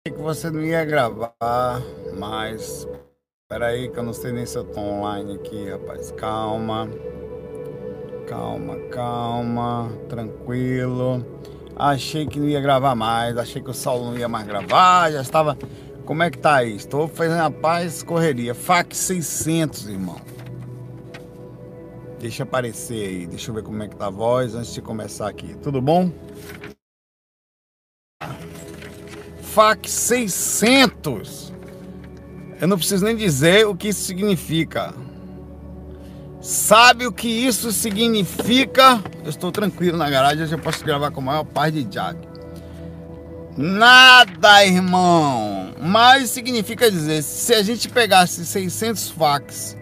Que você não ia gravar, mas espera aí que eu não sei nem se eu tô online aqui, rapaz. Calma, calma, calma, tranquilo. Achei que não ia gravar mais, achei que o Saulo não ia mais gravar, já estava. Como é que tá aí? Estou fazendo a paz, correria. FAC 600, irmão. Deixa aparecer aí, deixa eu ver como é que tá a voz antes de começar aqui. Tudo bom? FAC 600. Eu não preciso nem dizer o que isso significa. Sabe o que isso significa? Eu estou tranquilo na garagem, hoje eu posso gravar com a maior paz de Jack. Nada, irmão. Mas significa dizer, se a gente pegasse 600 fax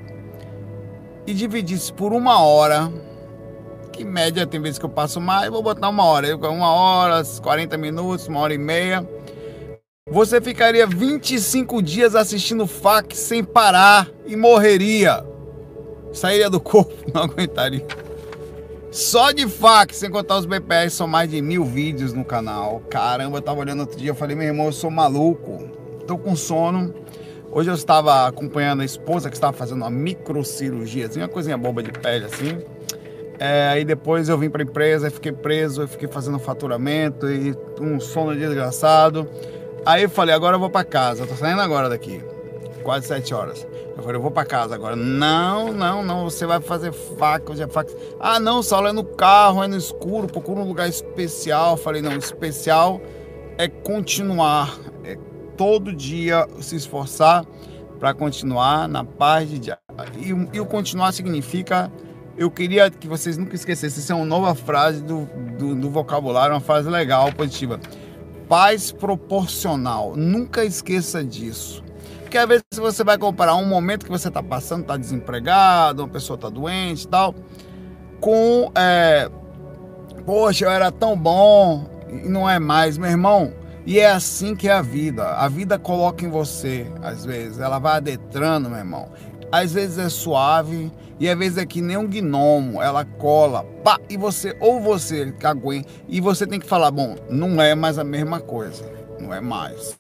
e dividisse por uma hora, que média, tem vezes que eu passo mais, vou botar uma hora. Uma hora, 40 minutos, uma hora e meia. Você ficaria 25 dias assistindo fax sem parar e morreria. Sairia do corpo, não aguentaria. Só de fax, sem contar os BPS, são mais de 1000 vídeos no canal. Caramba, eu tava olhando outro dia, eu falei, meu irmão, eu sou maluco, tô com sono. Hoje eu estava acompanhando a esposa que estava fazendo uma microcirurgia, assim, uma coisinha boba de pele, assim. Aí depois eu vim pra empresa, fiquei preso, eu fiquei fazendo faturamento e um sono desgraçado. Aí eu falei, agora eu vou pra casa, eu tô saindo agora daqui, quase 7 horas. Eu falei, eu vou pra casa agora. Não, você vai fazer faca, hoje é faca. Ah, não, Saulo, é no carro, é no escuro, procura um lugar especial. Eu falei, não, especial é continuar, é todo dia se esforçar para continuar na paz de Deus. E o continuar significa, eu queria que vocês nunca esquecessem, isso é uma nova frase do vocabulário, uma frase legal, positiva. Paz proporcional, nunca esqueça disso. Porque às vezes você vai comparar um momento que você está passando, está desempregado, uma pessoa está doente e tal, com, poxa, eu era tão bom e não é mais, meu irmão. E é assim que é a vida. A vida coloca em você, às vezes, ela vai adentrando, meu irmão. Às vezes é suave e às vezes é que nem um gnomo, ela cola, pá, e você, ou você aguenta, e você tem que falar, bom, não é mais a mesma coisa, não é mais.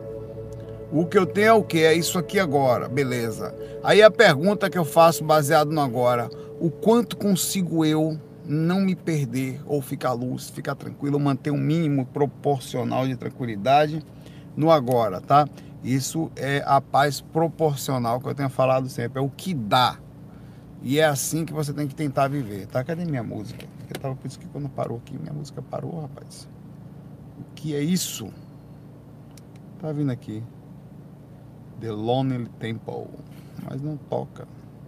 O que eu tenho é o que? É isso aqui agora, beleza. Aí a pergunta que eu faço baseado no agora, o quanto consigo eu não me perder ou ficar lúcido, ficar tranquilo, manter um mínimo proporcional de tranquilidade no agora, tá? Isso é a paz proporcional que eu tenho falado sempre, é o que dá. E é assim que você tem que tentar viver, tá? Cadê minha música? Eu tava por isso que quando parou aqui, minha música parou, rapaz. O que é isso? Tá vindo aqui. The Lonely Temple, mas não toca.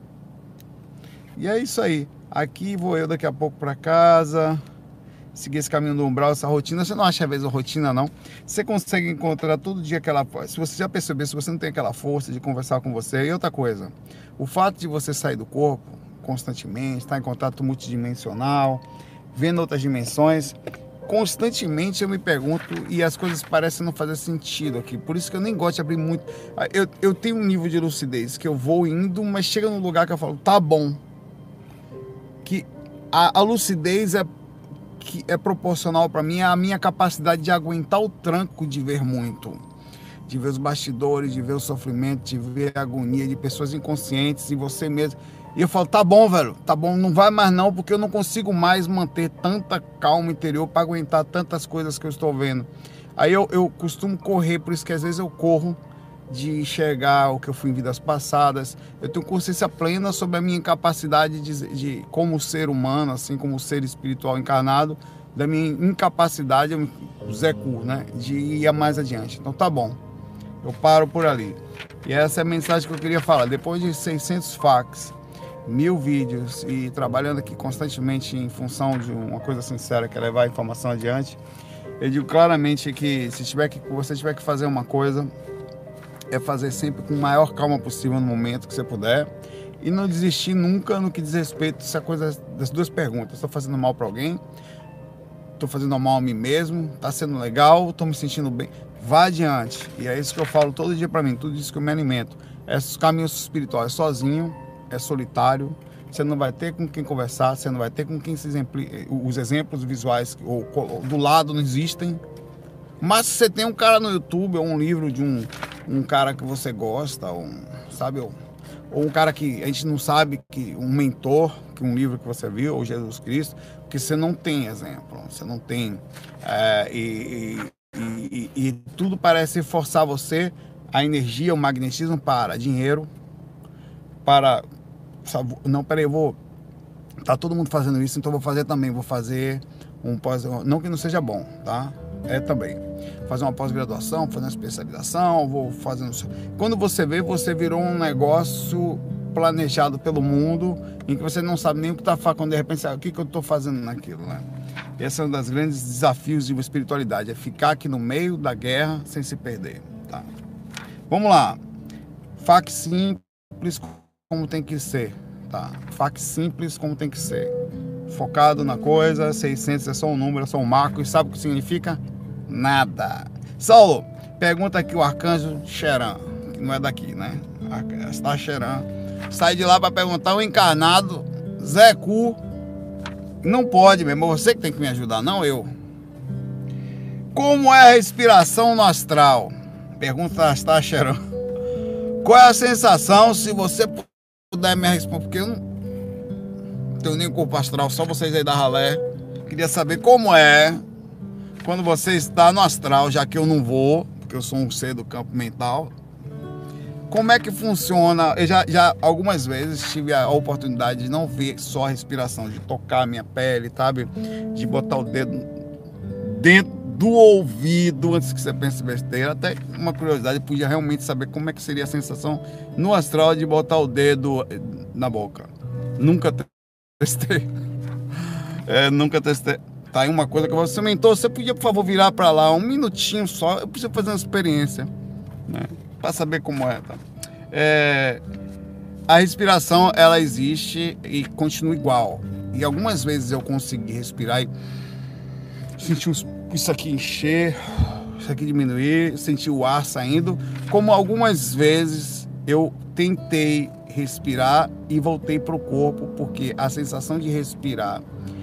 E é isso aí. Aqui vou eu daqui a pouco para casa, seguir esse caminho do umbral, essa rotina. Você não acha às vezes rotina, não? Você consegue encontrar todo dia aquela... Se você já perceber, se você não tem aquela força de conversar com você. E outra coisa, o fato de você sair do corpo constantemente, estar em contato multidimensional, vendo outras dimensões... Constantemente eu me pergunto e as coisas parecem não fazer sentido aqui. Por isso que eu nem gosto de abrir muito. Eu tenho um nível de lucidez que eu vou indo, mas chega num lugar que eu falo, tá bom. Que a lucidez que é proporcional para mim à minha capacidade de aguentar o tranco de ver muito. De ver os bastidores, de ver o sofrimento, de ver a agonia de pessoas inconscientes e você mesmo. E eu falo, tá bom, velho, tá bom, não vai mais não, porque eu não consigo mais manter tanta calma interior para aguentar tantas coisas que eu estou vendo. Aí eu costumo correr, por isso que às vezes eu corro de enxergar o que eu fui em vidas passadas. Eu tenho consciência plena sobre a minha incapacidade de como ser humano, assim como ser espiritual encarnado, da minha incapacidade, Zé Cu, né, de ir mais adiante. Então tá bom, eu paro por ali. E essa é a mensagem que eu queria falar. Depois de 600 fax, 1000 vídeos e trabalhando aqui constantemente em função de uma coisa sincera, que é levar a informação adiante, eu digo claramente que se você tiver que fazer uma coisa, é fazer sempre com a maior calma possível no momento que você puder e não desistir nunca no que diz respeito a essa coisa das duas perguntas. Estou fazendo mal para alguém? Estou fazendo mal a mim mesmo? Está sendo legal? Estou me sentindo bem? Vá adiante. E é isso que eu falo todo dia para mim, tudo isso que eu me alimento. Esses caminhos espirituais sozinho, é solitário, você não vai ter com quem conversar, você não vai ter com quem os exemplos visuais ou do lado não existem, Mas se você tem um cara no YouTube, ou um livro de um cara que você gosta, sabe, ou um cara que a gente não sabe, que um mentor, que um livro que você viu, ou Jesus Cristo, porque você não tem exemplo, você não tem, e tudo parece forçar você, a energia, o magnetismo para dinheiro, para, não, peraí, tá todo mundo fazendo isso, então eu vou fazer também, vou fazer um pós, não que não seja bom, tá? É também. Fazer uma pós-graduação, fazer uma especialização, vou fazer. Quando você vê, você virou um negócio planejado pelo mundo, em que você não sabe nem o que está fazendo, quando de repente, o que eu estou fazendo naquilo, né? Esse é um dos grandes desafios de uma espiritualidade, é ficar aqui no meio da guerra sem se perder, tá? Vamos lá. FAQ simples como tem que ser, tá? FAQ simples como tem que ser. Focado na coisa, 600 é só um número, é só um marco, e sabe o que significa? Nada. Saulo, pergunta aqui o arcanjo Xeran, que não é daqui, né? Está Xeran. Sai de lá para perguntar o encarnado Zé Cu. Não pode mesmo, você que tem que me ajudar, não eu. Como é a respiração no astral? Pergunta está Xeran. Qual é a sensação, se você puder me responder, porque eu não tenho nem corpo astral, só vocês aí da ralé. Queria saber como é quando você está no astral, já que eu não vou, porque eu sou um ser do campo mental. Como é que funciona? Eu já algumas vezes tive a oportunidade de não ver só a respiração, de tocar a minha pele, sabe? De botar o dedo dentro do ouvido antes que você pense besteira. Até uma curiosidade, eu podia realmente saber como é que seria a sensação no astral de botar o dedo na boca. Nunca testei. Nunca testei. Tá aí uma coisa que você mentor, você podia, por favor, virar para lá um minutinho só, eu preciso fazer uma experiência, né, para saber como é, tá? A respiração, ela existe e continua igual. E algumas vezes eu consegui respirar e sentir isso aqui encher, isso aqui diminuir, sentir o ar saindo, como algumas vezes eu tentei respirar e voltei para o corpo, porque a sensação de respirar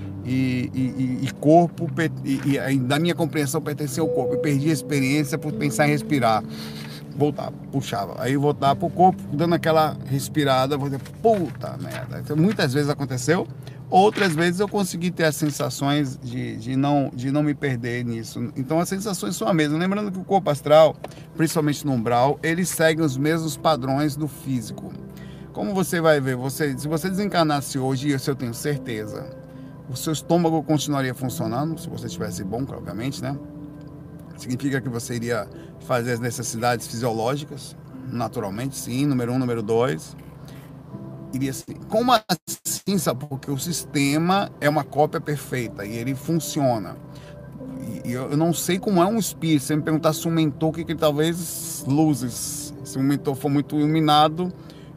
e corpo, e da minha compreensão, pertencia ao corpo. Eu perdi a experiência por pensar em respirar. Voltava, puxava, aí voltava pro corpo, dando aquela respirada, vou dizer, puta merda. Então, muitas vezes aconteceu, outras vezes eu consegui ter as sensações de não me perder nisso. Então as sensações são as mesmas. Lembrando que o corpo astral, principalmente no umbral, ele segue os mesmos padrões do físico. Como você vai ver, se você desencarnasse hoje, isso eu tenho certeza, o seu estômago continuaria funcionando, se você estivesse bom, obviamente, né? Significa que você iria fazer as necessidades fisiológicas, naturalmente, sim, número 1, número 2. Iria sim. Como assim, sabe? Porque o sistema é uma cópia perfeita e ele funciona. E eu não sei como é um espírito. Se você me perguntar se um mentor, que ele talvez luzes. Se um mentor for muito iluminado,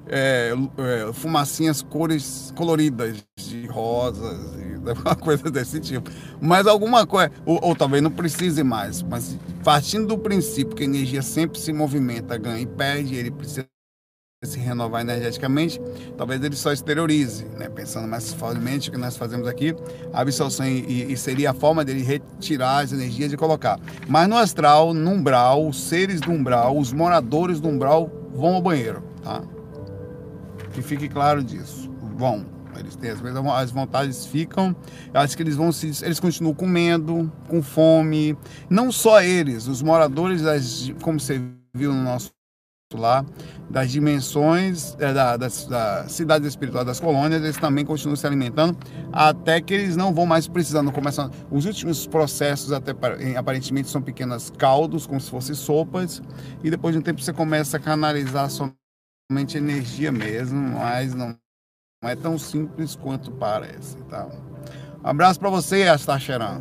fumacinhas, cores coloridas, de rosas, uma coisa desse tipo. Mas alguma coisa, ou talvez não precise mais, mas partindo do princípio que a energia sempre se movimenta, ganha e perde, ele precisa se renovar energeticamente, talvez ele só exteriorize, né? Pensando mais fortemente o que nós fazemos aqui, a absorção e seria a forma dele retirar as energias e colocar. Mas no astral, no umbral, os seres do umbral, os moradores do umbral vão ao banheiro, tá? Que fique claro disso. Vão. Eles têm, às vezes as vontades ficam, acho que eles continuam comendo, com fome. Não só eles, os moradores, como você viu no nosso lá, das dimensões das cidades espirituais, das colônias, eles também continuam se alimentando até que eles não vão mais precisando. Começam, os últimos processos aparentemente são pequenos caldos, como se fossem sopas, e depois de um tempo você começa a canalizar somente energia mesmo, mas não é tão simples quanto parece, tá? Um abraço para você, Astacheran.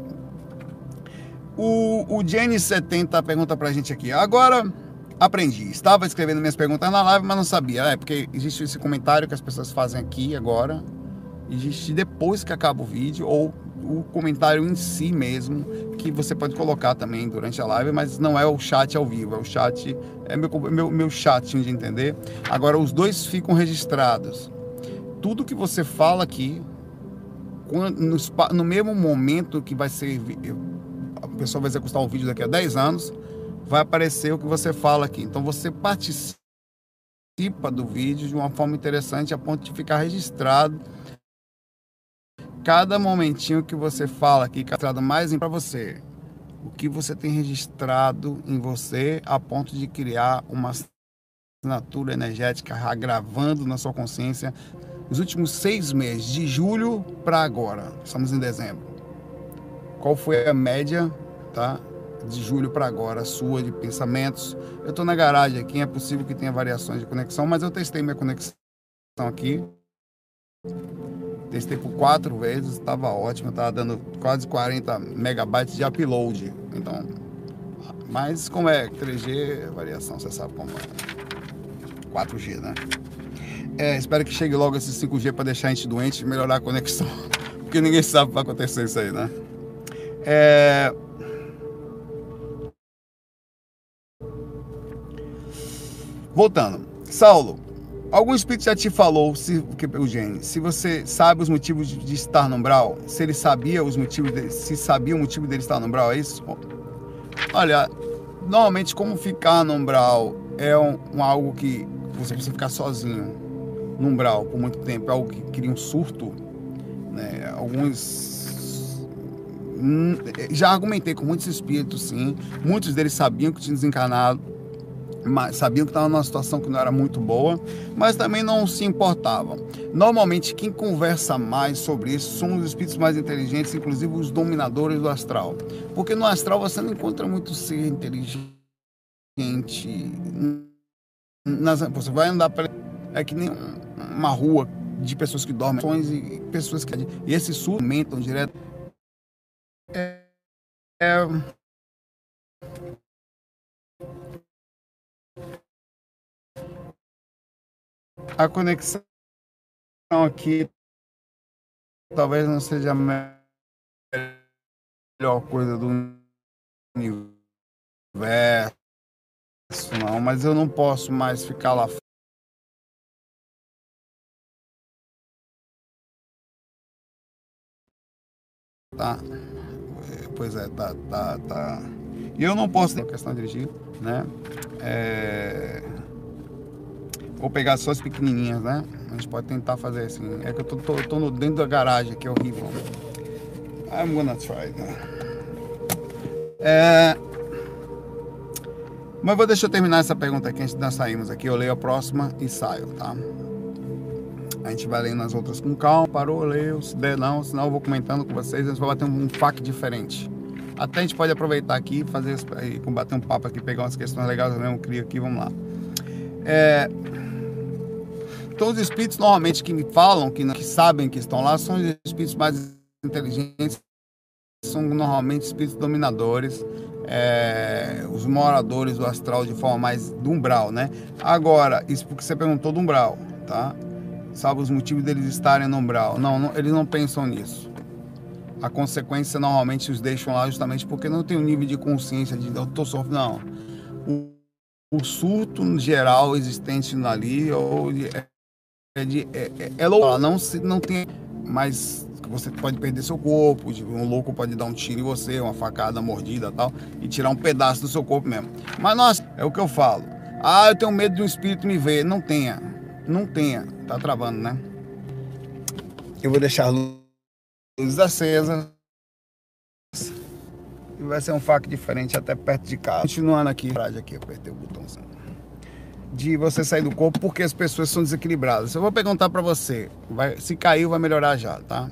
O Jenny70 pergunta pra gente aqui. Agora, aprendi. Estava escrevendo minhas perguntas na live, mas não sabia. Porque existe esse comentário que as pessoas fazem aqui agora. Existe depois que acaba o vídeo, ou o comentário em si mesmo, que você pode colocar também durante a live, mas não é o chat ao vivo. É o chat, é meu chat de entender. Agora, os dois ficam registrados. Tudo que você fala aqui, no mesmo momento que vai ser a pessoa vai executar um vídeo daqui a 10 anos, vai aparecer o que você fala aqui. Então você participa do vídeo de uma forma interessante a ponto de ficar registrado cada momentinho que você fala aqui, registrado mais para você. O que você tem registrado em você a ponto de criar uma assinatura energética gravando na sua consciência os últimos 6 meses, de julho para agora. Estamos em dezembro. Qual foi a média, tá? De julho para agora, sua, de pensamentos. Eu estou na garagem aqui, é possível que tenha variações de conexão, mas eu testei minha conexão aqui. Testei por 4 vezes, estava ótimo, estava dando quase 40 megabytes de upload. Então, mas como é 3G, variação, você sabe como é. 4G, né? Espero que chegue logo esse 5G para deixar a gente doente e melhorar a conexão. Porque ninguém sabe o que vai acontecer isso aí, né? Voltando. Saulo, algum espírito já te falou, se você sabe os motivos de estar no umbral? Se ele sabia os motivos, se sabia o motivo dele estar no umbral, é isso? Olha, normalmente como ficar no umbral é algo que você precisa ficar sozinho no umbral por muito tempo, é algo que cria um surto, né? Já argumentei com muitos espíritos, sim, muitos deles sabiam que tinham desencarnado, mas sabiam que estavam numa situação que não era muito boa, mas também não se importavam. Normalmente quem conversa mais sobre isso são os espíritos mais inteligentes, inclusive os dominadores do astral, porque no astral você não encontra muito ser inteligente. Você vai andar é que nem uma rua de pessoas que dormem e pessoas que... E esses surtos aumentam direto. A conexão aqui talvez não seja a melhor coisa do universo, não, mas eu não posso mais ficar lá. Tá? Pois é, tá. E eu não posso ter questão de dirigir, né? Vou pegar só as pequenininhas, né? A gente pode tentar fazer assim. É que eu tô dentro da garagem, que é horrível. I'm gonna try, né? Mas deixa eu terminar essa pergunta aqui antes de nós sairmos aqui. Eu leio a próxima e saio, tá? A gente vai lendo as outras com calma. Parou, leio. Se der não, senão eu vou comentando com vocês. A gente vai bater um FAQ diferente. Até a gente pode aproveitar aqui e bater um papo aqui, pegar umas questões legais, eu mesmo crio aqui, vamos lá. Então os espíritos normalmente que me falam, que sabem que estão lá, são os espíritos mais inteligentes, são normalmente espíritos dominadores, os moradores do astral de forma mais do umbral, né? Agora, isso porque você perguntou do umbral, tá? Sabe os motivos deles estarem no umbral? Não, eles não pensam nisso. A consequência normalmente os deixam lá justamente porque não tem um nível de consciência de eu tô sofrendo, não. O surto no geral existente ali não tem, mas você pode perder seu corpo, um louco pode dar um tiro em você, uma facada, uma mordida e tal, e tirar um pedaço do seu corpo mesmo. Mas nossa, é o que eu falo. Eu tenho medo de um espírito me ver. Não tenha, tá travando, né? Eu vou deixar as luzes acesas e vai ser um FAQ diferente até perto de casa. Continuando aqui, eu apertei o botãozinho de você sair do corpo porque as pessoas são desequilibradas. Eu vou perguntar pra você, se caiu vai melhorar já, tá?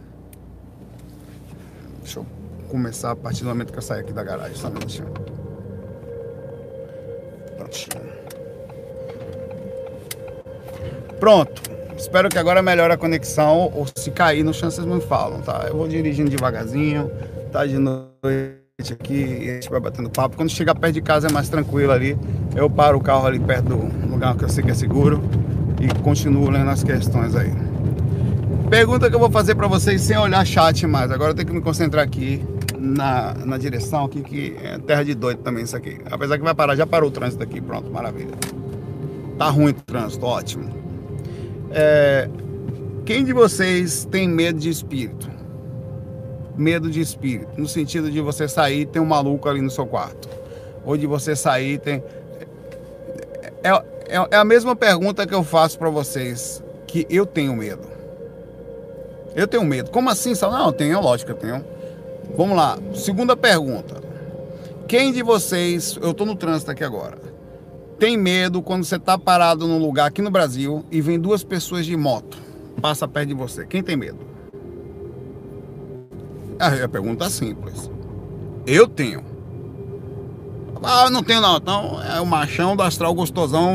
Deixa eu começar a partir do momento que eu sair aqui da garagem, só um minutinho. Pronto. Espero que agora melhore a conexão, ou se cair no chão vocês me falam, tá? Eu vou dirigindo devagarzinho, tá de noite aqui, e a gente vai batendo papo. Quando chegar perto de casa é mais tranquilo ali. Eu paro o carro ali perto do lugar que eu sei que é seguro e continuo lendo as questões aí. Pergunta que eu vou fazer pra vocês sem olhar chat mais. Agora eu tenho que me concentrar aqui na direção aqui, que é terra de doido também isso aqui. Apesar que vai parar, já parou o trânsito aqui, pronto, maravilha. Tá ruim o trânsito, ótimo. Quem de vocês tem medo de espírito? medo de espírito, no sentido de você sair e tem um maluco ali no seu quarto, ou de você sair e tem... É a mesma pergunta que eu faço para vocês, que eu tenho medo. Eu tenho medo. Como assim, Saulo? Não, eu tenho, lógico que eu tenho. Vamos lá, segunda pergunta. Quem de vocês, eu tô no trânsito aqui agora, tem medo quando você tá parado num lugar aqui no Brasil e vem duas pessoas de moto, passa perto de você? Quem tem medo? A pergunta é simples. Eu tenho. Ah, não tenho não. Então é o machão do astral gostosão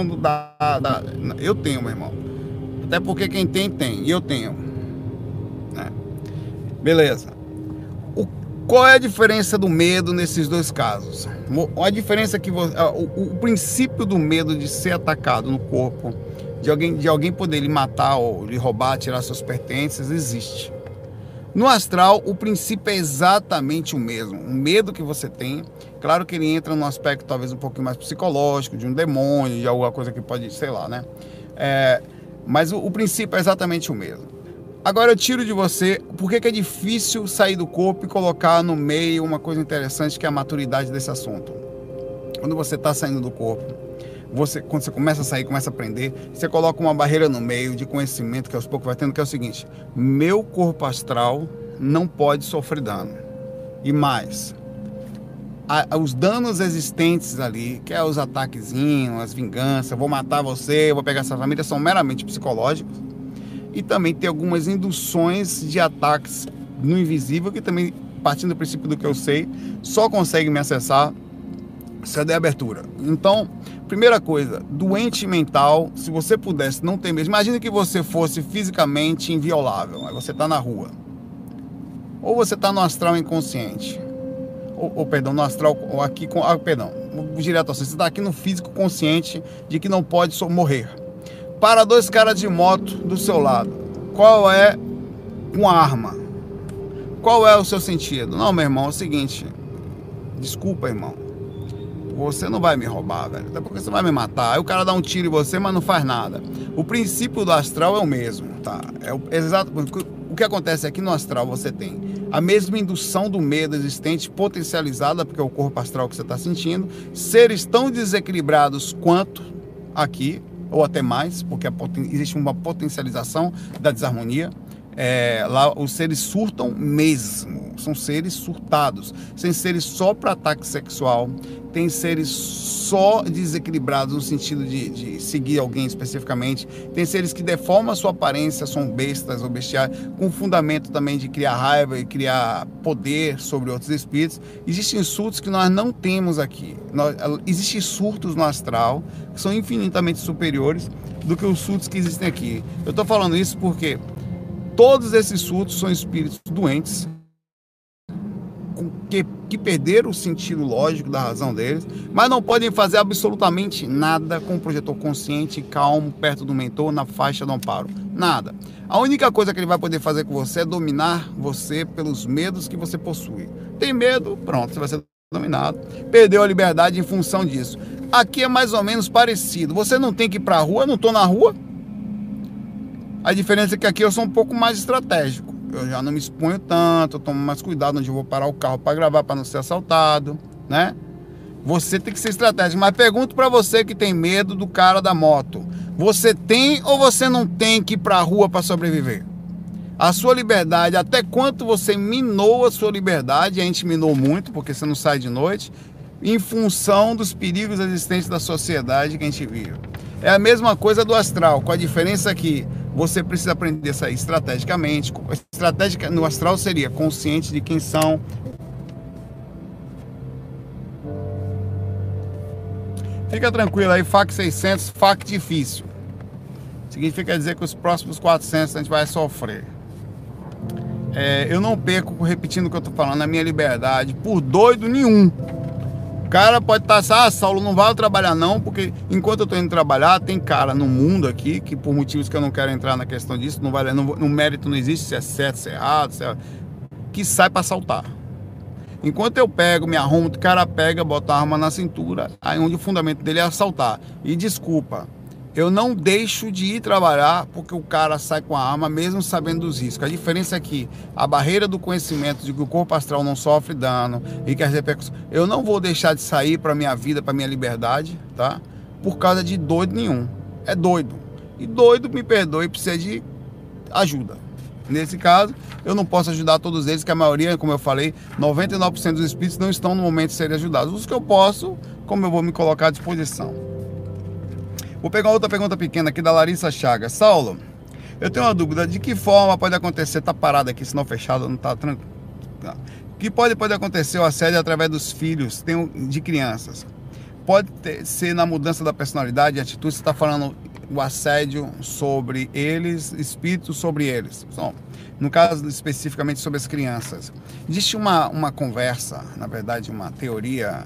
Eu tenho, meu irmão. Até porque quem tem, tem. E eu tenho. Né? Beleza. Qual é a diferença do medo nesses dois casos? A diferença é que o princípio do medo de ser atacado no corpo, de alguém poder lhe matar ou lhe roubar, tirar seus pertences, existe. No astral, o princípio é exatamente o mesmo. O medo que você tem, claro que ele entra num aspecto talvez um pouquinho mais psicológico, de um demônio, de alguma coisa que pode, sei lá, né? Mas o princípio é exatamente o mesmo. Agora eu tiro de você, por que é difícil sair do corpo e colocar no meio uma coisa interessante que é a maturidade desse assunto. Quando você está saindo do corpo, quando você começa a sair, começa a aprender, você coloca uma barreira no meio de conhecimento que aos poucos vai tendo, que é o seguinte: meu corpo astral não pode sofrer dano. E mais, os danos existentes ali, que é os ataquezinhos, as vinganças, vou matar você, vou pegar essa família, são meramente psicológicos. E também tem algumas induções de ataques no invisível, que também, partindo do princípio do que eu sei, só consegue me acessar se eu der abertura. Então, primeira coisa, doente mental, se você pudesse não ter medo, imagine que você fosse fisicamente inviolável, mas você está na rua. Ou você está no astral inconsciente. Perdão, no astral, ou aqui, perdão, direto assim, você está aqui no físico consciente de que não pode morrer. Para dois caras de moto do seu lado, qual é uma arma? Qual é o seu sentido? Não, meu irmão, é o seguinte, desculpa, irmão, você não vai me roubar, velho, até porque você vai me matar. Aí o cara dá um tiro em você, mas não faz nada. O princípio do astral é o mesmo, tá? Exato. O que acontece aqui no astral, você tem a mesma indução do medo existente, potencializada, porque é o corpo astral que você está sentindo, seres tão desequilibrados quanto aqui, ou até mais, porque existe uma potencialização da desarmonia. Lá os seres surtam mesmo, são seres surtados, tem seres só para ataque sexual, tem seres só desequilibrados no sentido de seguir alguém especificamente, tem seres que deformam a sua aparência, são bestas ou bestiais, com fundamento também de criar raiva e criar poder sobre outros espíritos. Existem surtos que nós não temos aqui, existem surtos no astral que são infinitamente superiores do que os surtos que existem aqui. Eu estou falando isso porque todos esses surtos são espíritos doentes, que perderam o sentido lógico da razão deles, mas não podem fazer absolutamente nada com o projetor consciente, calmo, perto do mentor, na faixa do amparo. Nada. A única coisa que ele vai poder fazer com você é dominar você pelos medos que você possui. Tem medo? Pronto, você vai ser dominado. Perdeu a liberdade em função disso. Aqui é mais ou menos parecido. Você não tem que ir para a rua, eu não estou na rua. A diferença é que aqui eu sou um pouco mais estratégico. Eu já não me exponho tanto, eu tomo mais cuidado onde eu vou parar o carro para gravar, para não ser assaltado, né? Você tem que ser estratégico. Mas pergunto para você que tem medo do cara da moto. Você tem ou você não tem que ir para a rua para sobreviver? A sua liberdade, até quanto você minou a sua liberdade, a gente minou muito, porque você não sai de noite, em função dos perigos existentes da sociedade que a gente vive. É a mesma coisa do astral, com a diferença que você precisa aprender a sair estrategicamente. Estratégica no astral seria consciente de quem são. Fica tranquilo aí, FAC 600, FAC difícil. Significa dizer que os próximos 400 a gente vai sofrer. Eu não perco, repetindo o que eu tô falando, a minha liberdade por doido nenhum. O cara pode estar Saulo, não vai trabalhar não, porque enquanto eu tô indo trabalhar, tem cara no mundo aqui, que por motivos que eu não quero entrar na questão disso, no mérito não existe se é certo, se é errado, que sai para assaltar. Enquanto eu pego, me arrumo, o cara pega, bota a arma na cintura, aí onde o fundamento dele é assaltar. E desculpa, Eu não deixo de ir trabalhar porque o cara sai com a arma mesmo sabendo dos riscos. A diferença é que a barreira do conhecimento de que o corpo astral não sofre dano e que as repercussões... Eu não vou deixar de sair para minha vida, para minha liberdade, tá? Por causa de doido nenhum. É doido. E doido, me perdoe, precisa de ajuda. Nesse caso, eu não posso ajudar todos eles, que a maioria, como eu falei, 99% dos espíritos não estão no momento de serem ajudados. Os que eu posso, como eu vou me colocar à disposição. Vou pegar outra pergunta pequena aqui da Larissa Chagas. Saulo, eu tenho uma dúvida, de que forma pode acontecer, tá parado aqui, senão fechado, não tá tranquilo. Que pode acontecer o assédio através dos filhos de crianças? Pode ser na mudança da personalidade e atitude, você está falando o assédio sobre eles, espíritos sobre eles. Então, no caso especificamente sobre as crianças. Existe uma conversa, na verdade uma teoria,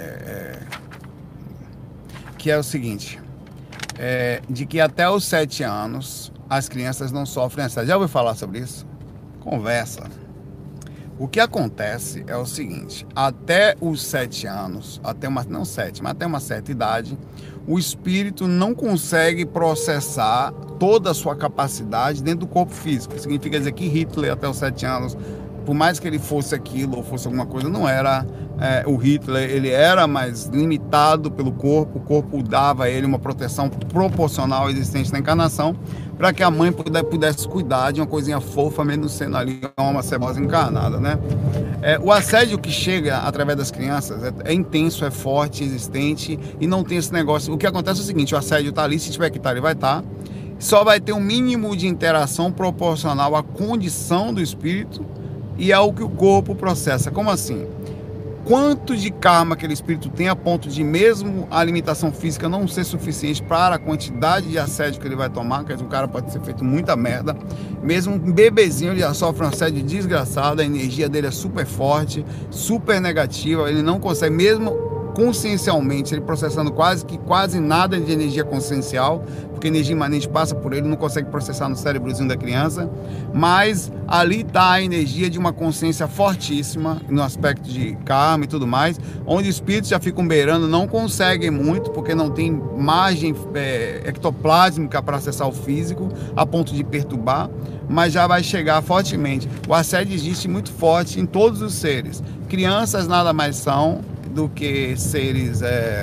que é o seguinte, de que até os 7 anos as crianças não sofrem assédio. Já ouviu falar sobre isso? Conversa. O que acontece é o seguinte, até os 7 anos, não 7, mas até uma certa idade, o espírito não consegue processar toda a sua capacidade dentro do corpo físico. Significa dizer que Hitler, até os 7 anos, por mais que ele fosse aquilo ou fosse alguma coisa, não era o Hitler, ele era mais limitado pelo corpo, o corpo dava a ele uma proteção proporcional existente na encarnação, para que a mãe pudesse cuidar de uma coisinha fofa, mesmo sendo ali uma cebosa encarnada, né? O assédio que chega através das crianças é intenso, é forte, existente, e não tem esse negócio. O que acontece é o seguinte, o assédio está ali, se tiver que estar, ele vai estar, só vai ter um mínimo de interação proporcional à condição do espírito e ao que o corpo processa. Como assim? Quanto de karma aquele espírito tem a ponto de mesmo a limitação física não ser suficiente para a quantidade de assédio que ele vai tomar, quer dizer, o cara pode ter feito muita merda, mesmo um bebezinho ele já sofre um assédio desgraçado, a energia dele é super forte, super negativa, ele não consegue, mesmo consciencialmente, ele processando quase nada de energia consciencial, porque a energia imanente passa por ele, não consegue processar no cérebrozinho da criança, mas ali está a energia de uma consciência fortíssima, no aspecto de karma e tudo mais, onde espíritos já ficam beirando, não conseguem muito, porque não tem margem ectoplásmica para acessar o físico, a ponto de perturbar, mas já vai chegar fortemente. O assédio existe muito forte em todos os seres. Crianças nada mais são do que seres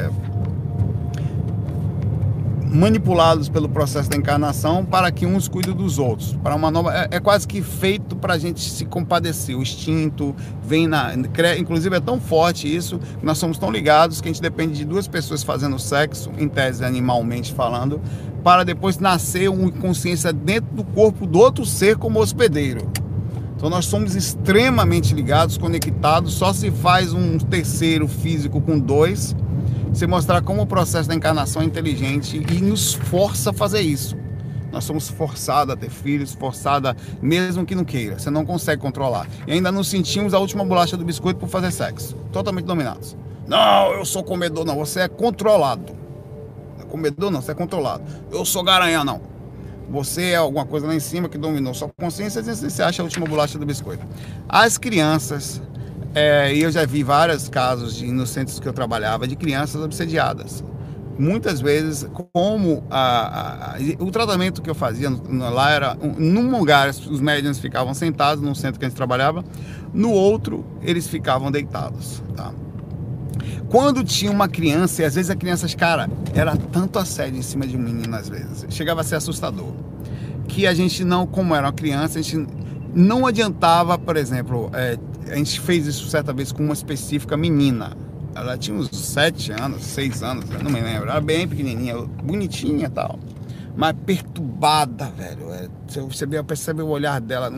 manipulados pelo processo da encarnação para que uns cuidem dos outros. Para uma nova, é quase que feito para a gente se compadecer. O instinto vem inclusive é tão forte isso, que nós somos tão ligados que a gente depende de 2 pessoas fazendo sexo, em tese animalmente falando, para depois nascer uma consciência dentro do corpo do outro ser como hospedeiro. Então nós somos extremamente ligados, conectados, só se faz um terceiro físico com 2, se mostrar como o processo da encarnação é inteligente e nos força a fazer isso. Nós somos forçados a ter filhos, forçados, mesmo que não queira, você não consegue controlar. E ainda nos sentimos a última bolacha do biscoito por fazer sexo, totalmente dominados. Não, eu sou comedor, não, você é controlado. Comedor não, você é controlado. Eu sou garanhão, não. Você é alguma coisa lá em cima que dominou sua consciência e você acha a última bolacha do biscoito. As crianças, e eu já vi vários casos nos centros que eu trabalhava, de crianças obsediadas. Muitas vezes, como o tratamento que eu fazia lá era, num lugar os médiuns ficavam sentados, num centro que a gente trabalhava, no outro eles ficavam deitados, tá? Quando tinha uma criança, e às vezes a criança, cara, era tanto assédio em cima de um menino, às vezes, chegava a ser assustador, que a gente não, como era uma criança, a gente não adiantava, por exemplo, a gente fez isso certa vez com uma específica menina, ela tinha uns 7 anos, 6 anos, eu não me lembro, era bem pequenininha, bonitinha e tal, mas perturbada, velho, você percebe o olhar dela,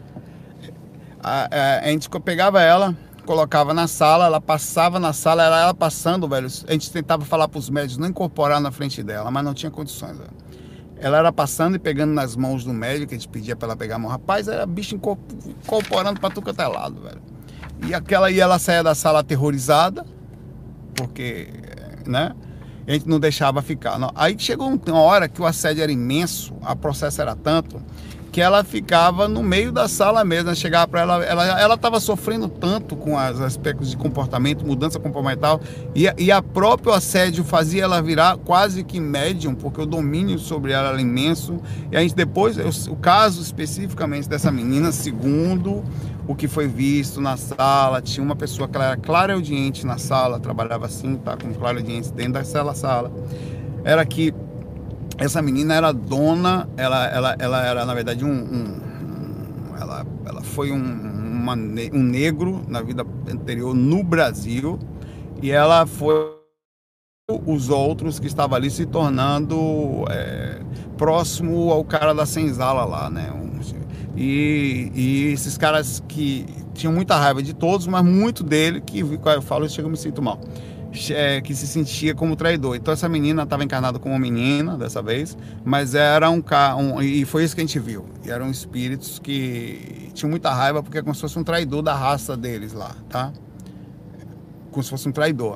a gente pegava ela, colocava na sala, ela passava na sala, era ela passando, velho, a gente tentava falar para os médicos não incorporar na frente dela, mas não tinha condições, velho. Ela era passando e pegando nas mãos do médico, a gente pedia para ela pegar a mão, rapaz, era bicho incorporando para tudo quanto é lado, velho. E ela saía da sala aterrorizada, porque, né, a gente não deixava ficar, não. Aí chegou uma hora que o assédio era imenso, o processo era tanto, que ela ficava no meio da sala mesmo, chegava para ela estava sofrendo tanto com os aspectos de comportamento, mudança comportamental, e a próprio assédio fazia ela virar quase que médium, porque o domínio sobre ela era imenso. E a gente depois, o caso especificamente dessa menina, segundo o que foi visto na sala, tinha uma pessoa que ela era clareaudiente na sala, trabalhava assim, tá, com clareaudiente dentro daquela sala, era que essa menina era dona, ela era na verdade ela foi um negro na vida anterior no Brasil, e ela foi os outros que estavam ali se tornando próximo ao cara da senzala lá, né? E esses caras que tinham muita raiva de todos, mas muito dele, que eu falo, eu chego e me sinto mal, que se sentia como traidor. Então essa menina estava encarnada como uma menina dessa vez, mas era e foi isso que a gente viu. E eram espíritos que tinham muita raiva, porque é como se fosse um traidor da raça deles lá, tá? Como se fosse um traidor.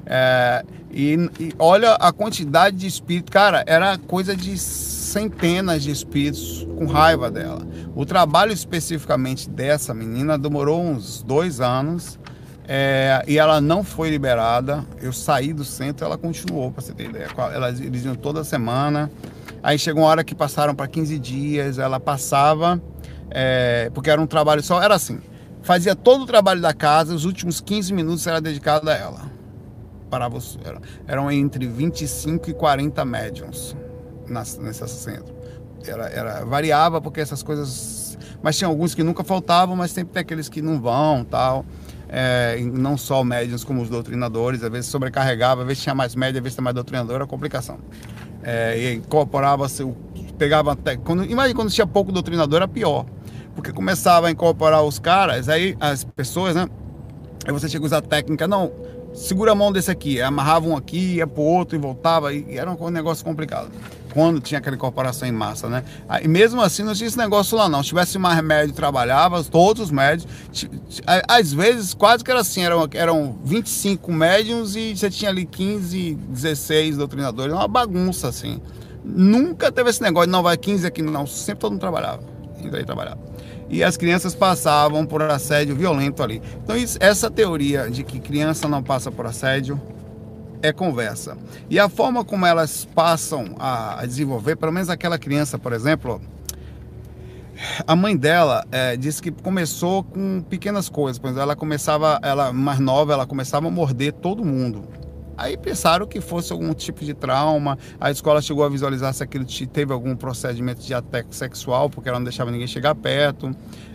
E olha a quantidade de espíritos, cara, era coisa de centenas de espíritos com raiva dela. O trabalho especificamente dessa menina demorou uns 2 anos, e ela não foi liberada. Eu saí do centro, ela continuou, para você ter ideia. Eles iam toda semana. Aí chegou uma hora que passaram para 15 dias, ela passava, porque era um trabalho só, era assim, fazia todo o trabalho da casa, os últimos 15 minutos era dedicado a ela. Eram entre 25 e 40 médiums nesse centro. Variava, porque essas coisas, mas tinha alguns que nunca faltavam, mas sempre tem aqueles que não vão, tal. Não só médiums como os doutrinadores, às vezes sobrecarregava, às vezes tinha mais médium, às vezes tinha mais doutrinador, era complicação. E incorporava-se, pegava até, imagina quando tinha pouco doutrinador, era pior, porque começava a incorporar os caras, aí as pessoas, né? Aí você tinha que usar técnica, não, segura a mão desse aqui, amarrava um aqui, ia pro outro e voltava, e era um negócio complicado. Quando tinha aquela incorporação em massa, né? E mesmo assim não tinha esse negócio lá não. Se tivesse mais médium, trabalhava, todos os médios. Às vezes quase que era assim, eram 25 médiums e você tinha ali 15, 16 doutrinadores. Uma bagunça assim. Nunca teve esse negócio de não vai 15 aqui, não. Sempre todo mundo trabalhava. E as crianças passavam por assédio violento ali. Então essa teoria de que criança não passa por assédio é conversa. E a forma como elas passam a desenvolver, pelo menos aquela criança, por exemplo, a mãe dela disse que começou com pequenas coisas. Por exemplo, ela mais nova, ela começava a morder todo mundo. Aí pensaram que fosse algum tipo de trauma. A escola chegou a visualizar se aquilo teve algum procedimento de ataque sexual, porque ela não deixava ninguém chegar perto.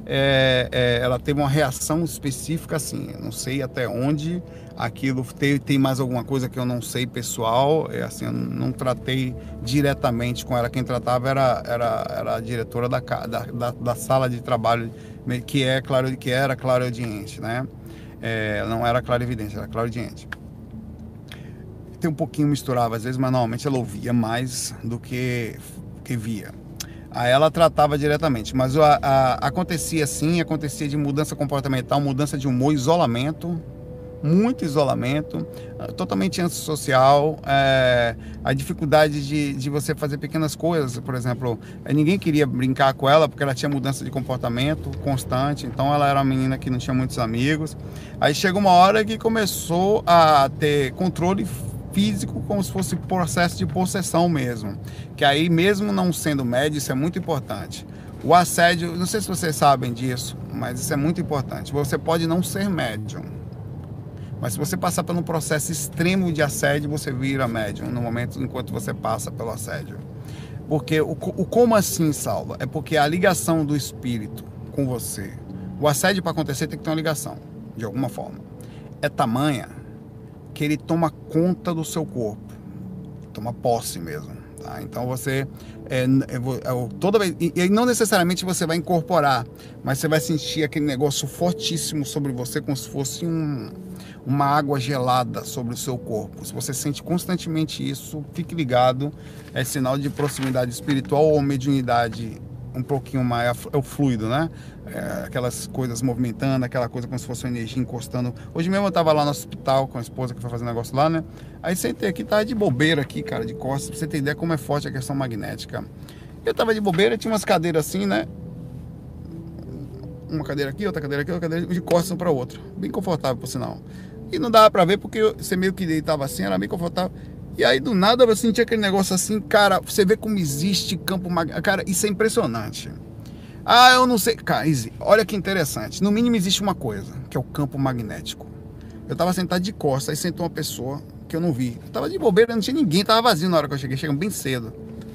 Ela teve uma reação específica, assim, não sei até onde aquilo tem mais alguma coisa que eu não sei, pessoal. Assim, eu não tratei diretamente com ela. Quem tratava era a diretora da sala de trabalho, que era clareaudiente, né? Não era clarividente, era clareaudiente. Tem um pouquinho, misturava às vezes, mas normalmente ela ouvia mais do que via. Aí ela tratava diretamente, mas acontecia assim, acontecia de mudança comportamental, mudança de humor, isolamento, muito isolamento, totalmente antissocial, a dificuldade de você fazer pequenas coisas. Por exemplo, ninguém queria brincar com ela porque ela tinha mudança de comportamento constante, então ela era uma menina que não tinha muitos amigos. Aí chegou uma hora que começou a ter controle físico, como se fosse processo de possessão mesmo, que aí mesmo não sendo médio, isso é muito importante. O assédio, não sei se vocês sabem disso, mas isso é muito importante. Você pode não ser médium, mas se você passar por um processo extremo de assédio, você vira médium no momento enquanto você passa pelo assédio. Porque o como assim, Saulo? É porque a ligação do espírito com você, o assédio para acontecer tem que ter uma ligação, de alguma forma. É tamanha que ele toma conta do seu corpo, toma posse mesmo, tá? Então você toda vez, e não necessariamente você vai incorporar, mas você vai sentir aquele negócio fortíssimo sobre você, como se fosse uma água gelada sobre o seu corpo. Se você sente constantemente isso, fique ligado, é sinal de proximidade espiritual ou mediunidade um pouquinho mais, é o fluido, né? Aquelas coisas movimentando, aquela coisa como se fosse uma energia encostando. Hoje mesmo eu tava lá no hospital com a esposa que foi fazer um negócio lá, né? Aí sentei aqui, tava de bobeira aqui, cara, de costas, pra você ter ideia como é forte a questão magnética. Eu tava de bobeira, tinha umas cadeiras assim, né? Uma cadeira aqui, outra cadeira aqui, outra cadeira de costas para outra. Bem confortável, por sinal. E não dava pra ver porque você meio que deitava assim, era bem confortável. E aí do nada eu sentia aquele negócio assim, cara, você vê como existe campo magnético. Cara, isso é impressionante. Ah, eu não sei. Cara, olha que interessante. No mínimo existe uma coisa, que é o campo magnético. Eu tava sentado de costas, aí sentou uma pessoa que eu não vi. Eu tava de bobeira, não tinha ninguém, tava vazio na hora que eu cheguei. Chegamos bem cedo.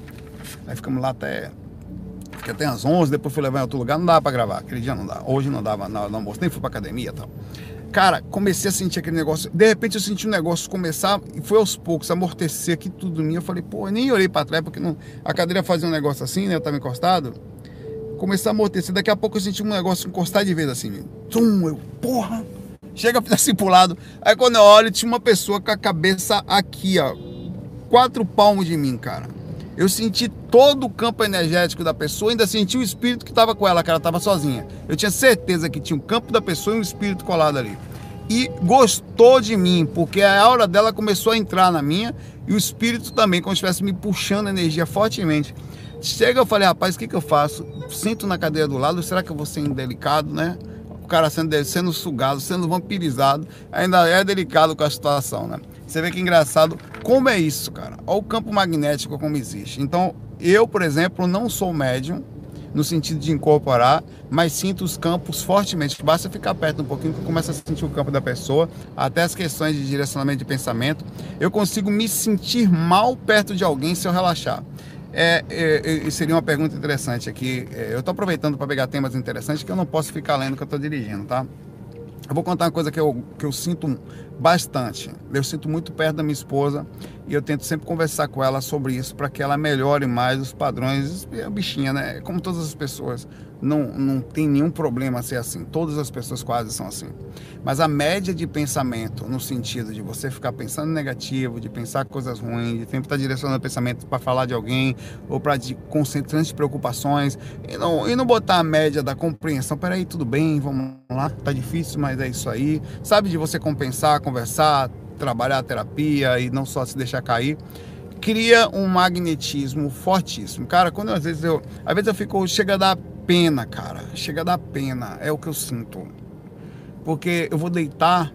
Aí ficamos lá fiquei até às 11, depois fui levar em outro lugar. Não dava pra gravar, aquele dia não dava. Hoje não dava no almoço, nem fui pra academia e tal. Cara, comecei a sentir aquele negócio. De repente eu senti um negócio começar e foi aos poucos, amortecer aqui tudo em mim. Eu falei, pô, eu nem olhei pra trás, porque não, a cadeira fazia um negócio assim, né? Eu tava encostado. Comecei a amortecer. Daqui a pouco eu senti um negócio encostar de vez assim. Tum, eu, porra! Chega assim pro lado. Aí quando eu olho, tinha uma pessoa com a cabeça aqui, ó. 4 palmos de mim, cara. Eu senti todo o campo energético da pessoa, ainda senti o espírito que estava com ela, que ela estava sozinha. Eu tinha certeza que tinha um campo da pessoa e um espírito colado ali. E gostou de mim, porque a aura dela começou a entrar na minha e o espírito também, como se estivesse me puxando energia fortemente. Chega, eu falei, rapaz, o que eu faço? Sinto na cadeira do lado, será que eu vou ser indelicado, né? O cara sendo sugado, sendo vampirizado, ainda é delicado com a situação, né? Você vê que engraçado como é isso, cara. Olha o campo magnético como existe. Então, eu, por exemplo, não sou médium, no sentido de incorporar, mas sinto os campos fortemente. Basta ficar perto um pouquinho que eu começo a sentir o campo da pessoa, até as questões de direcionamento de pensamento. Eu consigo me sentir mal perto de alguém se eu relaxar. Seria uma pergunta interessante aqui. Eu estou aproveitando para pegar temas interessantes que eu não posso ficar lendo que eu estou dirigindo, tá? Eu vou contar uma coisa que eu sinto bastante. Eu sinto muito perto da minha esposa e eu tento sempre conversar com ela sobre isso para que ela melhore mais os padrões. A bichinha, né? Como todas as pessoas, não tem nenhum problema ser assim. Todas as pessoas quase são assim. Mas a média de pensamento, no sentido de você ficar pensando negativo, de pensar coisas ruins, de sempre estar direcionando o pensamento para falar de alguém ou para concentrantes preocupações e não botar a média da compreensão. Peraí, tudo bem, vamos lá, tá difícil, mas é isso aí. Sabe, de você compensar, conversar, trabalhar a terapia e não só se deixar cair, cria um magnetismo fortíssimo. Cara, às vezes eu fico, chega a dar pena, cara, chega a dar pena, é o que eu sinto. Porque eu vou deitar,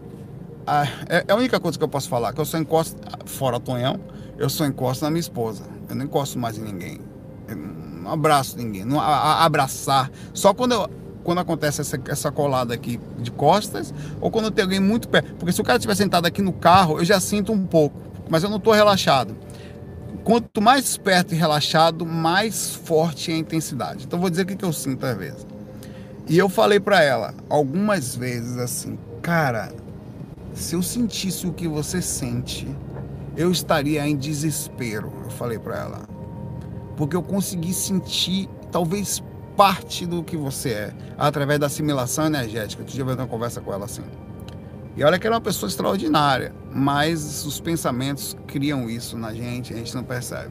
é a única coisa que eu posso falar, que eu só encosto, fora Tonhão, eu só encosto na minha esposa, eu não encosto mais em ninguém, eu não abraço ninguém, não abraçar, só quando acontece essa colada aqui de costas, ou quando tem alguém muito perto. Porque se o cara estiver sentado aqui no carro, eu já sinto um pouco, mas eu não estou relaxado. Quanto mais perto e relaxado, mais forte é a intensidade. Então, vou dizer o que eu sinto às vezes. E eu falei para ela algumas vezes assim, cara, se eu sentisse o que você sente, eu estaria em desespero. Eu falei para ela. Porque eu consegui sentir, talvez, parte do que você é, através da assimilação energética. Eu tive uma conversa com ela assim. E olha que ela é uma pessoa extraordinária, mas os pensamentos criam isso na gente, a gente não percebe.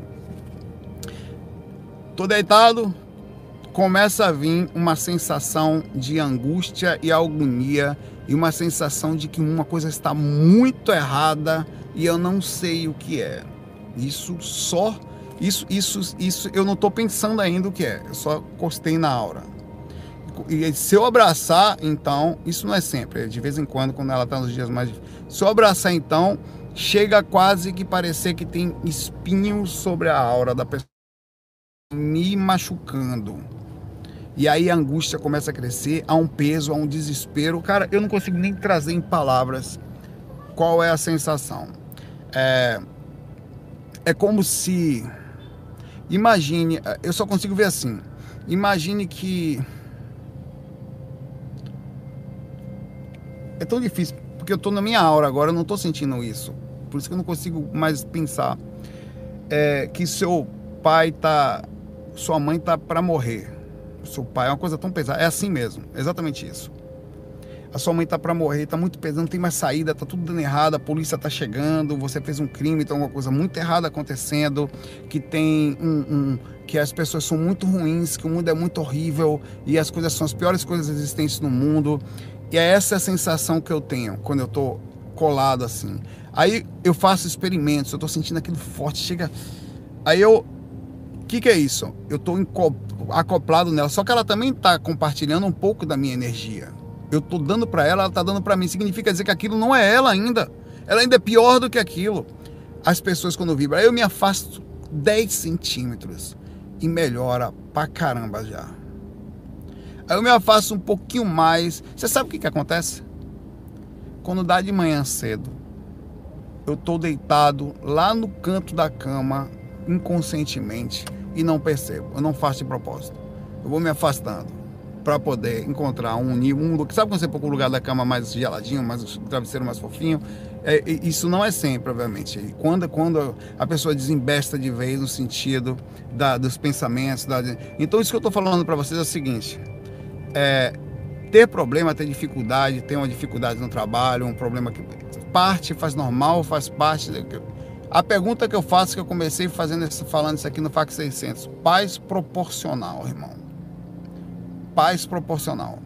Tô deitado, começa a vir uma sensação de angústia e agonia e uma sensação de que uma coisa está muito errada e eu não sei o que é. Isso eu não estou pensando ainda o que é, eu só encostei na aura. E se eu abraçar, então, isso não é sempre, de vez em quando ela está nos dias mais difíceis. Se eu abraçar, então, chega quase que parecer que tem espinhos sobre a aura da pessoa, me machucando. E aí a angústia começa a crescer, há um peso, há um desespero. Cara, eu não consigo nem trazer em palavras qual é a sensação. É como se... Imagine, eu só consigo ver assim. Imagine que... É tão difícil, porque eu tô na minha aura agora, eu não tô sentindo isso. Por isso que eu não consigo mais pensar. Que seu pai sua mãe tá para morrer. Seu pai é uma coisa tão pesada. É assim mesmo, exatamente isso. A sua mãe tá para morrer, tá muito pesado, não tem mais saída, tá tudo dando errado, a polícia tá chegando, você fez um crime, tem alguma coisa muito errada acontecendo, que tem que as pessoas são muito ruins, que o mundo é muito horrível e as coisas são as piores coisas existentes no mundo. E é essa a sensação que eu tenho quando eu tô colado assim. Aí eu faço experimentos, eu tô sentindo aquilo forte, chega... Aí eu que é isso? Eu estou acoplado nela, só que ela também está compartilhando um pouco da minha energia. Eu estou dando para ela, ela está dando para mim. Significa dizer que aquilo não é ela ainda. Ela ainda é pior do que aquilo. As pessoas quando vibram, eu me afasto 10 centímetros e melhora pra caramba já. Aí eu me afasto um pouquinho mais. Você sabe o que acontece? Quando dá de manhã cedo, eu tô deitado lá no canto da cama, inconscientemente, e não percebo. Eu não faço de propósito. Eu vou me afastando para poder encontrar um lugar. Sabe quando você põe o lugar da cama mais geladinho, mais travesseiro mais fofinho? Isso não é sempre, obviamente. Quando a pessoa desembesta de vez no sentido dos pensamentos. Então, isso que eu estou falando para vocês é o seguinte: ter problema, ter dificuldade, ter uma dificuldade no trabalho, um problema que faz normal, faz parte. A pergunta que eu faço, que eu comecei falando isso aqui no FAQ 600, paz proporcional, irmão. Paz proporcional.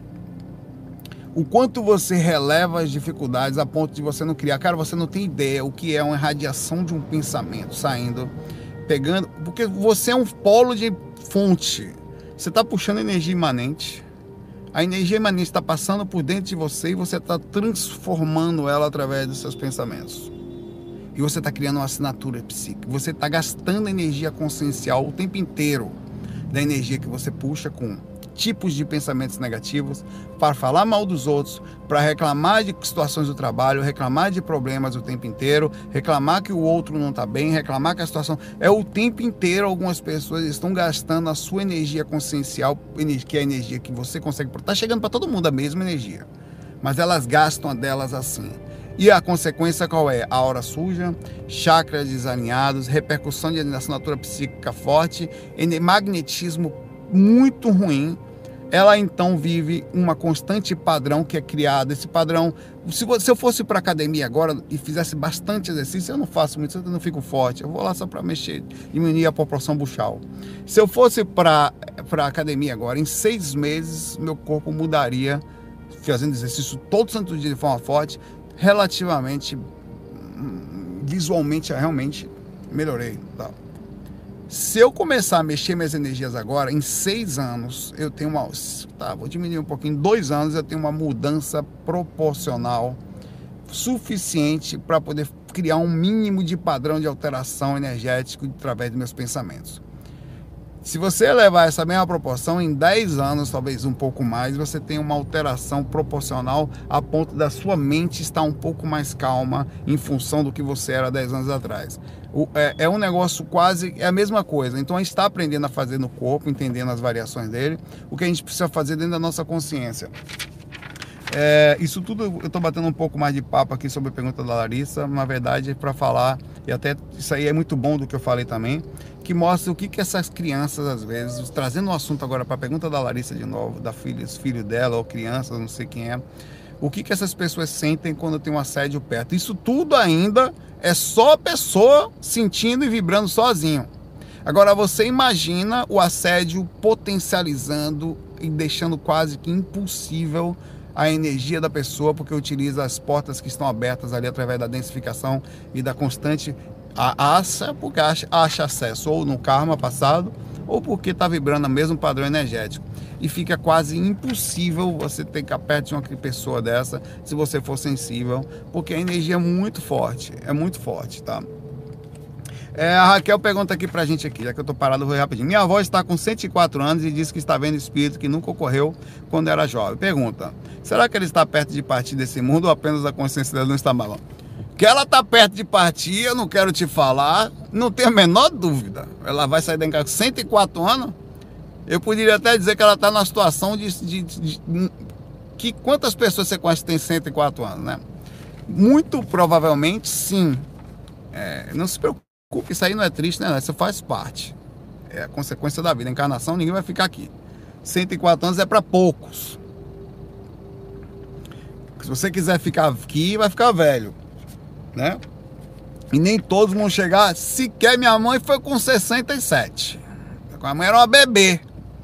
O quanto você releva as dificuldades a ponto de você não criar. Cara, você não tem ideia o que é uma irradiação de um pensamento saindo, pegando, porque você é um polo de fonte. Você está puxando energia imanente. A energia imanente está passando por dentro de você e você está transformando ela através dos seus pensamentos. E você está criando uma assinatura psíquica. Você está gastando energia consciencial o tempo inteiro da energia que você puxa com tipos de pensamentos negativos, para falar mal dos outros, para reclamar de situações do trabalho, reclamar de problemas o tempo inteiro, reclamar que o outro não está bem, reclamar que a situação... o tempo inteiro algumas pessoas estão gastando a sua energia consciencial, que é a energia que você consegue... Está chegando para todo mundo a mesma energia, mas elas gastam a delas assim. E a consequência qual é? A aura suja, chakras desalinhados, repercussão de assinatura psíquica forte, magnetismo muito ruim. Ela então vive uma constante padrão que é criado. Esse padrão, se eu fosse para academia agora e fizesse bastante exercício, eu não faço muito, eu não fico forte, eu vou lá só para mexer, diminuir a proporção buchal. Se eu fosse para academia agora, em 6 meses meu corpo mudaria, fazendo exercício todo santo dia de forma forte, relativamente, visualmente, realmente melhorei, tá? Se eu começar a mexer minhas energias agora, em 6 anos, eu tenho uma... Tá, vou diminuir um pouquinho. Em 2 anos, eu tenho uma mudança proporcional suficiente para poder criar um mínimo de padrão de alteração energético através dos meus pensamentos. Se você levar essa mesma proporção, em 10 anos, talvez um pouco mais, você tem uma alteração proporcional a ponto da sua mente estar um pouco mais calma em função do que você era 10 anos atrás. É um negócio quase, é a mesma coisa. Então a gente está aprendendo a fazer no corpo, entendendo as variações dele, o que a gente precisa fazer dentro da nossa consciência. Isso tudo eu estou batendo um pouco mais de papo aqui sobre a pergunta da Larissa, na verdade, para falar, e até isso aí é muito bom do que eu falei também, que mostra o que essas crianças, às vezes, trazendo um assunto agora para a pergunta da Larissa de novo, da filho dela, ou crianças, não sei quem é, o que essas pessoas sentem quando tem um assédio perto. Isso tudo ainda é só a pessoa sentindo e vibrando sozinho. Agora você imagina o assédio potencializando e deixando quase que impossível a energia da pessoa, porque utiliza as portas que estão abertas ali através da densificação e da constante porque acha acesso ou no karma passado ou porque está vibrando o mesmo padrão energético, e fica quase impossível você ter que perto de uma pessoa dessa se você for sensível, porque a energia é muito forte, tá? A Raquel pergunta aqui pra gente aqui, já que eu tô parado, vou rapidinho. Minha avó está com 104 anos e diz que está vendo espírito que nunca ocorreu quando era jovem. Pergunta: será que ele está perto de partir desse mundo ou apenas a consciência dela não está mal? Que ela está perto de partir, eu não quero te falar, não tenho a menor dúvida. Ela vai sair da casa com 104 anos. Eu poderia até dizer que ela está numa situação que quantas pessoas você conhece que tem 104 anos, né? Muito provavelmente sim. Não se preocupe, isso aí não é triste, né? Isso faz parte. É a consequência da vida. A encarnação, ninguém vai ficar aqui. 104 anos é para poucos. Se você quiser ficar aqui, vai ficar velho, né? E nem todos vão chegar. Sequer minha mãe foi com 67. A mãe era uma bebê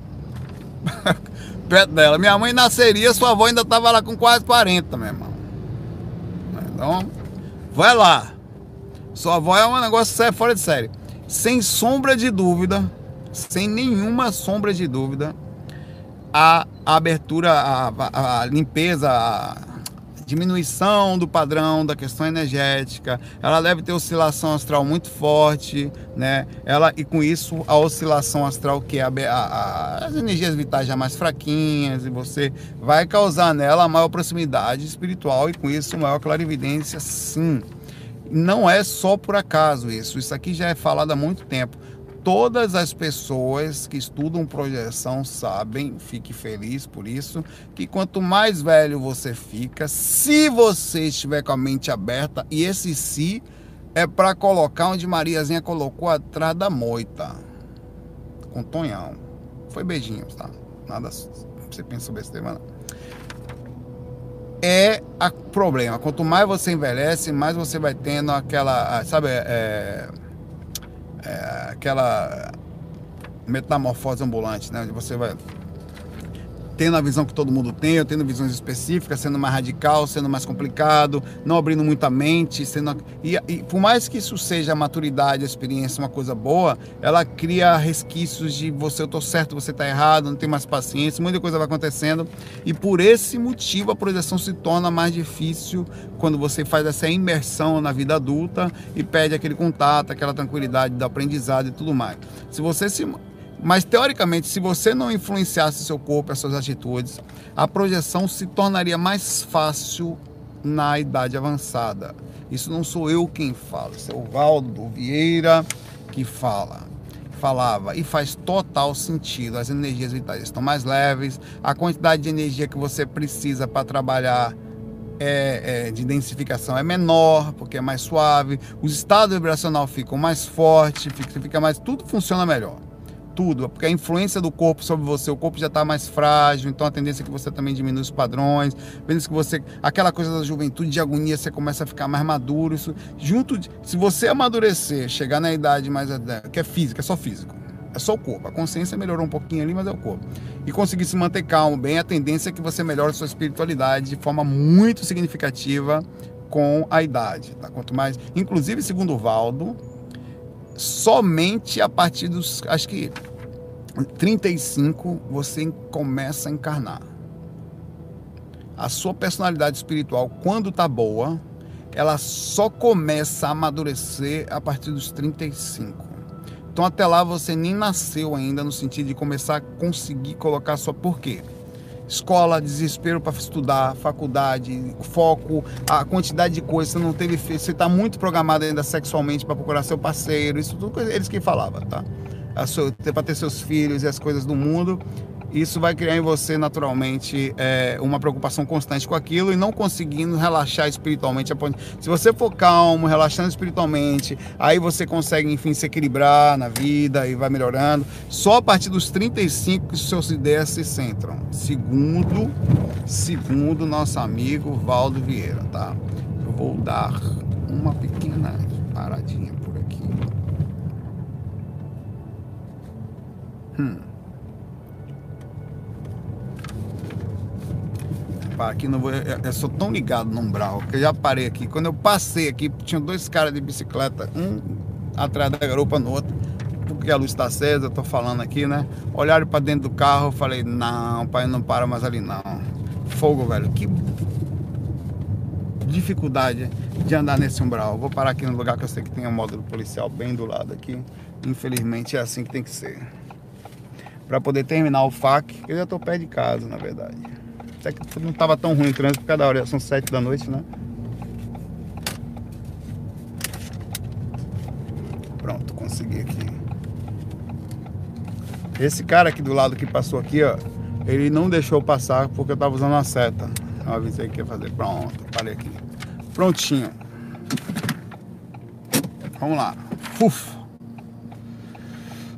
perto dela. Minha mãe nasceria, sua avó ainda estava lá com quase 40, meu irmão. Então, vai lá. Sua avó é um negócio fora de série. Sem sombra de dúvida, sem nenhuma sombra de dúvida, a abertura, a limpeza, a diminuição do padrão da questão energética, ela deve ter oscilação astral muito forte, né? E com isso a oscilação astral, que é as energias vitais já mais fraquinhas, e você vai causar nela a maior proximidade espiritual e com isso maior clarividência, sim. Não é só por acaso isso aqui já é falado há muito tempo. Todas as pessoas que estudam projeção sabem, fique feliz por isso, que quanto mais velho você fica, se você estiver com a mente aberta, e esse "se" é para colocar onde Mariazinha colocou atrás da moita, com Tonhão. Foi beijinhos, tá? Nada, você pensa besteira, não. É o problema. Quanto mais você envelhece, mais você vai tendo aquela, sabe, aquela metamorfose ambulante, né? Onde você vai tendo a visão que todo mundo tem, tendo visões específicas, sendo mais radical, sendo mais complicado, não abrindo muita mente, e por mais que isso seja a maturidade, a experiência, uma coisa boa, ela cria resquícios de você, eu tô certo, você tá errado, não tem mais paciência, muita coisa vai acontecendo, e por esse motivo a projeção se torna mais difícil quando você faz essa imersão na vida adulta e perde aquele contato, aquela tranquilidade do aprendizado e tudo mais. Mas, teoricamente, se você não influenciasse seu corpo e as suas atitudes, a projeção se tornaria mais fácil na idade avançada. Isso não sou eu quem fala, isso é o Valdo Vieira que falava, e faz total sentido. As energias vitais estão mais leves, a quantidade de energia que você precisa para trabalhar de densificação é menor, porque é mais suave, os estados vibracionais ficam mais fortes, tudo funciona melhor. Tudo, porque a influência do corpo sobre você, o corpo já está mais frágil, então a tendência é que você também diminua os padrões, vendo que você, aquela coisa da juventude, de agonia, você começa a ficar mais maduro, isso, se você amadurecer, chegar na idade mais, que é física, é só físico, é só o corpo, a consciência melhorou um pouquinho ali, mas é o corpo, e conseguir se manter calmo, bem, a tendência é que você melhore a sua espiritualidade de forma muito significativa com a idade, tá? Quanto mais, inclusive segundo o Valdo, somente a partir dos, acho que 35, você começa a encarnar. A sua personalidade espiritual, quando tá boa, ela só começa a amadurecer a partir dos 35. Então até lá você nem nasceu ainda, no sentido de começar a conseguir colocar a sua... Por quê? Escola, desespero para estudar, faculdade, foco, a quantidade de coisas, você não teve, você está muito programado ainda sexualmente para procurar seu parceiro, isso tudo eles que falavam, tá? Para ter seus filhos e as coisas do mundo, isso vai criar em você naturalmente uma preocupação constante com aquilo e não conseguindo relaxar espiritualmente. Se você for calmo, relaxando espiritualmente, aí você consegue, enfim, se equilibrar na vida e vai melhorando. Só a partir dos 35 que suas ideias se centram. Segundo nosso amigo Valdo Vieira, tá? Eu vou dar uma pequena paradinha por aqui. Aqui não vou, eu sou tão ligado no umbral que eu já parei aqui. Quando eu passei aqui, tinha dois caras de bicicleta, um atrás da garupa no outro, porque a luz está acesa, eu tô falando aqui, né? Olharam para dentro do carro, eu falei, não, pai, não para mais ali não. Fogo, velho, que dificuldade de andar nesse umbral. Vou parar aqui no lugar que eu sei que tem um módulo policial bem do lado aqui. Infelizmente é assim que tem que ser. Para poder terminar o FAQ, eu já tô perto de casa, na verdade. Até que não estava tão ruim o trânsito, porque cada hora são 7 da noite, né? Pronto, consegui aqui. Esse cara aqui do lado que passou aqui, ó, ele não deixou passar porque eu tava usando a seta. Eu avisei que ia fazer. Pronto, parei aqui. Prontinho. Vamos lá.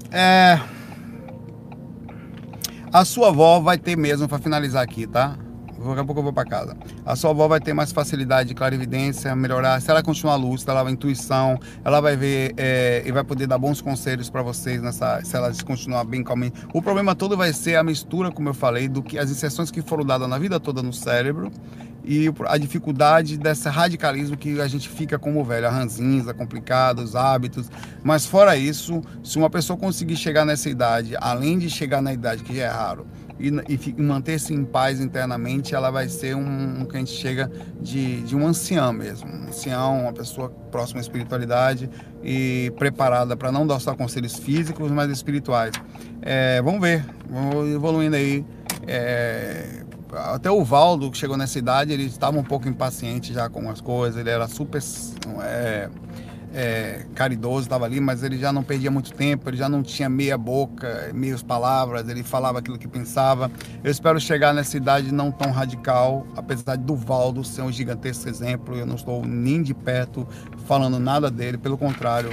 A sua avó vai ter mesmo, para finalizar aqui, tá? Daqui a pouco eu vou para casa. A sua avó vai ter mais facilidade de clarividência, melhorar. Se ela continuar lúcida, ela vai intuição, ela vai ver e vai poder dar bons conselhos para vocês se ela continuar bem calminha. O problema todo vai ser a mistura, como eu falei, do que as inserções que foram dadas na vida toda no cérebro e a dificuldade desse radicalismo que a gente fica como velho, a ranzinza, complicado, os hábitos. Mas fora isso, se uma pessoa conseguir chegar nessa idade, além de chegar na idade que já é raro, e manter-se em paz internamente, ela vai ser um que a gente chega de um ancião mesmo. Um ancião, uma pessoa próxima à espiritualidade e preparada para não dar só conselhos físicos, mas espirituais. Vamos ver, vamos evoluindo aí. Até o Valdo, que chegou nessa idade, ele estava um pouco impaciente já com as coisas, ele era super caridoso, estava ali, mas ele já não perdia muito tempo, ele já não tinha meia boca, meias palavras, ele falava aquilo que pensava. Eu espero chegar nessa idade não tão radical, apesar do Valdo ser um gigantesco exemplo. Eu não estou nem de perto falando nada dele, pelo contrário,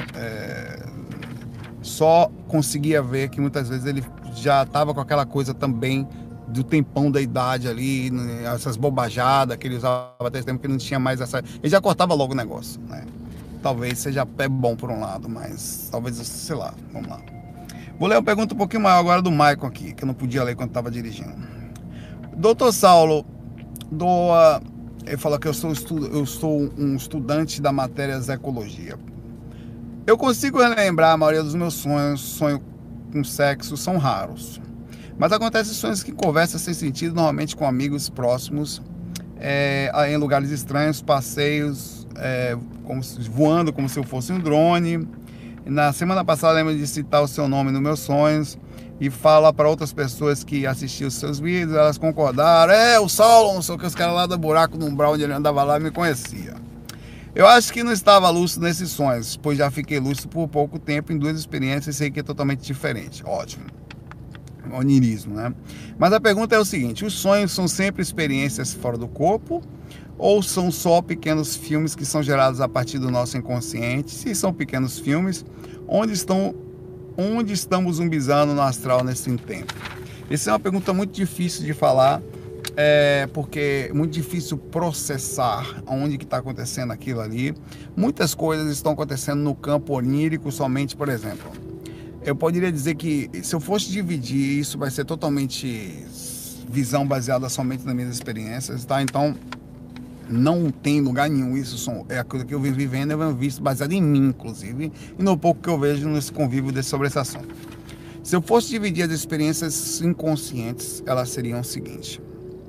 só conseguia ver que muitas vezes ele já estava com aquela coisa também do tempão da idade ali, essas bobajadas que ele usava até esse tempo, que não tinha mais essa... Ele já cortava logo o negócio, né? Talvez seja bom por um lado, mas talvez, sei lá, vamos lá. Vou ler uma pergunta um pouquinho maior agora do Michael aqui, que eu não podia ler quando estava dirigindo. Doutor Saulo, ele falou que eu sou um estudante da matéria ecologia. Eu consigo relembrar a maioria dos meus sonhos com sexo são raros. Mas acontecem sonhos que conversam sem sentido, normalmente com amigos próximos, em lugares estranhos, passeios, voando como se eu fosse um drone. Na semana passada lembro de citar o seu nome nos meus sonhos e fala para outras pessoas que assistiam os seus vídeos, elas concordaram, o Saulo, não sei o que, os caras lá do buraco no umbral onde ele andava lá me conheciam. Eu acho que não estava lúcido nesses sonhos, pois já fiquei lúcido por pouco tempo em duas experiências e sei que é totalmente diferente. Ótimo. Onirismo, né? Mas a pergunta é o seguinte: os sonhos são sempre experiências fora do corpo ou são só pequenos filmes que são gerados a partir do nosso inconsciente? Se são pequenos filmes, onde estamos zumbizando no astral nesse tempo? Essa é uma pergunta muito difícil de falar, porque é muito difícil processar onde que está acontecendo aquilo ali. Muitas coisas estão acontecendo no campo onírico somente, por exemplo. Eu poderia dizer que se eu fosse dividir, isso vai ser totalmente visão baseada somente nas minhas experiências, tá? Então, não tem lugar nenhum, isso é aquilo que eu venho vivendo, eu venho visto baseado em mim, inclusive, e no pouco que eu vejo nesse convívio sobre esse assunto. Se eu fosse dividir as experiências inconscientes, elas seriam o seguinte: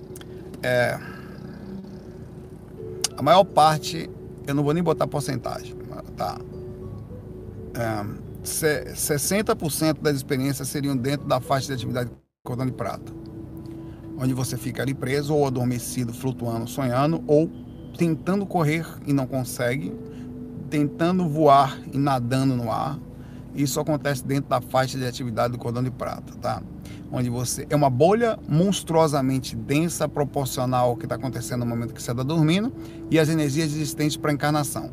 a maior parte, eu não vou nem botar porcentagem, tá? 60% das experiências seriam dentro da faixa de atividade cordão de prata, onde você fica ali preso ou adormecido, flutuando, sonhando, ou tentando correr e não consegue, tentando voar e nadando no ar. Isso acontece dentro da faixa de atividade do cordão de prata, tá? Onde você é uma bolha monstruosamente densa, proporcional ao que está acontecendo no momento que você está dormindo e as energias existentes para a encarnação.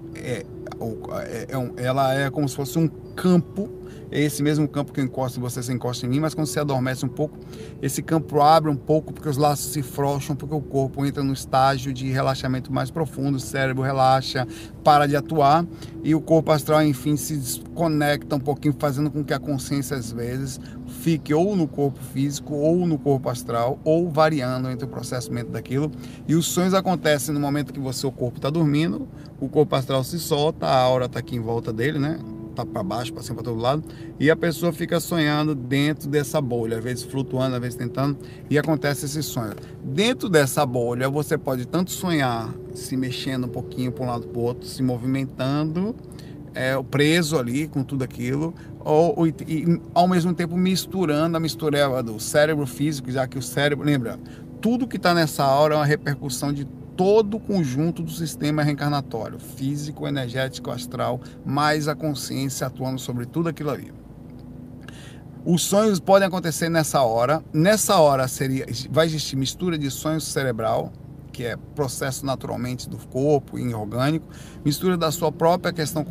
Ela é como se fosse um campo, é esse mesmo campo que eu encosto, você se encosta em mim, mas quando você adormece um pouco, esse campo abre um pouco porque os laços se frouxam, porque o corpo entra no estágio de relaxamento mais profundo, o cérebro relaxa, para de atuar e o corpo astral, enfim, se desconecta um pouquinho, fazendo com que a consciência às vezes fique ou no corpo físico ou no corpo astral, ou variando entre o processamento daquilo. E os sonhos acontecem no momento que o corpo está dormindo, o corpo astral se solta, a aura está aqui em volta dele, né? Tá para baixo, para cima, para todo lado, e a pessoa fica sonhando dentro dessa bolha, às vezes flutuando, às vezes tentando, e acontece esse sonho. Dentro dessa bolha, você pode tanto sonhar se mexendo um pouquinho para um lado para o outro, se movimentando, preso ali com tudo aquilo, e ao mesmo tempo misturando a mistureba do cérebro físico, já que o cérebro, lembra, tudo que está nessa aura é uma repercussão de todo o conjunto do sistema reencarnatório, físico, energético, astral, mais a consciência atuando sobre tudo aquilo ali. Os sonhos podem acontecer nessa hora. Nessa hora vai existir mistura de sonho cerebral, que é processo naturalmente do corpo, inorgânico, mistura da sua própria questão consciente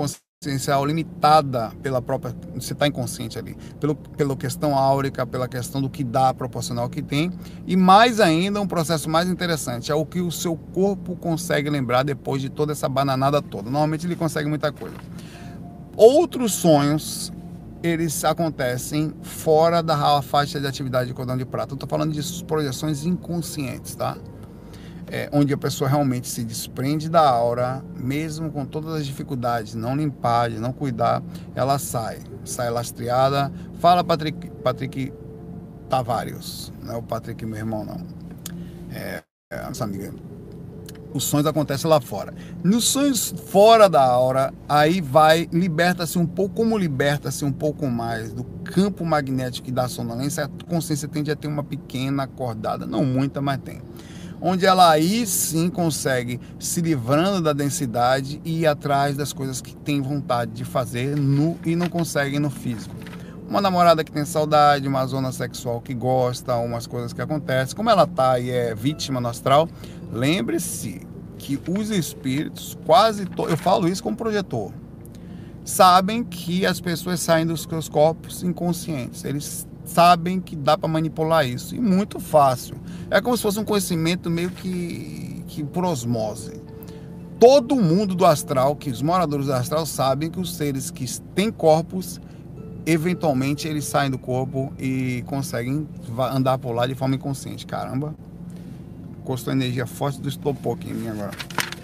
consciencial limitada pela própria, você está inconsciente ali, pela questão áurica, pela questão do que dá proporcional que tem, e mais ainda um processo mais interessante, é o que o seu corpo consegue lembrar depois de toda essa bananada toda. Normalmente ele consegue muita coisa. Outros sonhos, eles acontecem fora da faixa de atividade de cordão de prata. Eu estou falando de projeções inconscientes, tá? Onde a pessoa realmente se desprende da aura, mesmo com todas as dificuldades, não limpar, de não cuidar, ela sai lastreada. Fala Patrick Tavares, não é o Patrick meu irmão não, a nossa amiga. Os sonhos acontecem lá fora. Nos sonhos fora da aura, aí liberta-se um pouco, como liberta-se um pouco mais do campo magnético que dá sonolência, a consciência tende a ter uma pequena acordada, não muita, mas tem. Onde ela aí sim consegue, se livrando da densidade, e ir atrás das coisas que tem vontade de fazer e não consegue no físico. Uma namorada que tem saudade, uma zona sexual que gosta, umas coisas que acontecem. Como ela tá e é vítima no astral, lembre-se que os espíritos, eu falo isso como projetor, sabem que as pessoas saem dos seus corpos inconscientes. Eles sabem que dá para manipular isso, e muito fácil. É como se fosse um conhecimento meio que por osmose. Todo mundo do astral, que os moradores do astral sabem que os seres que têm corpos, eventualmente eles saem do corpo e conseguem andar por lá de forma inconsciente. Caramba, custou energia forte do estopor aqui em mim agora.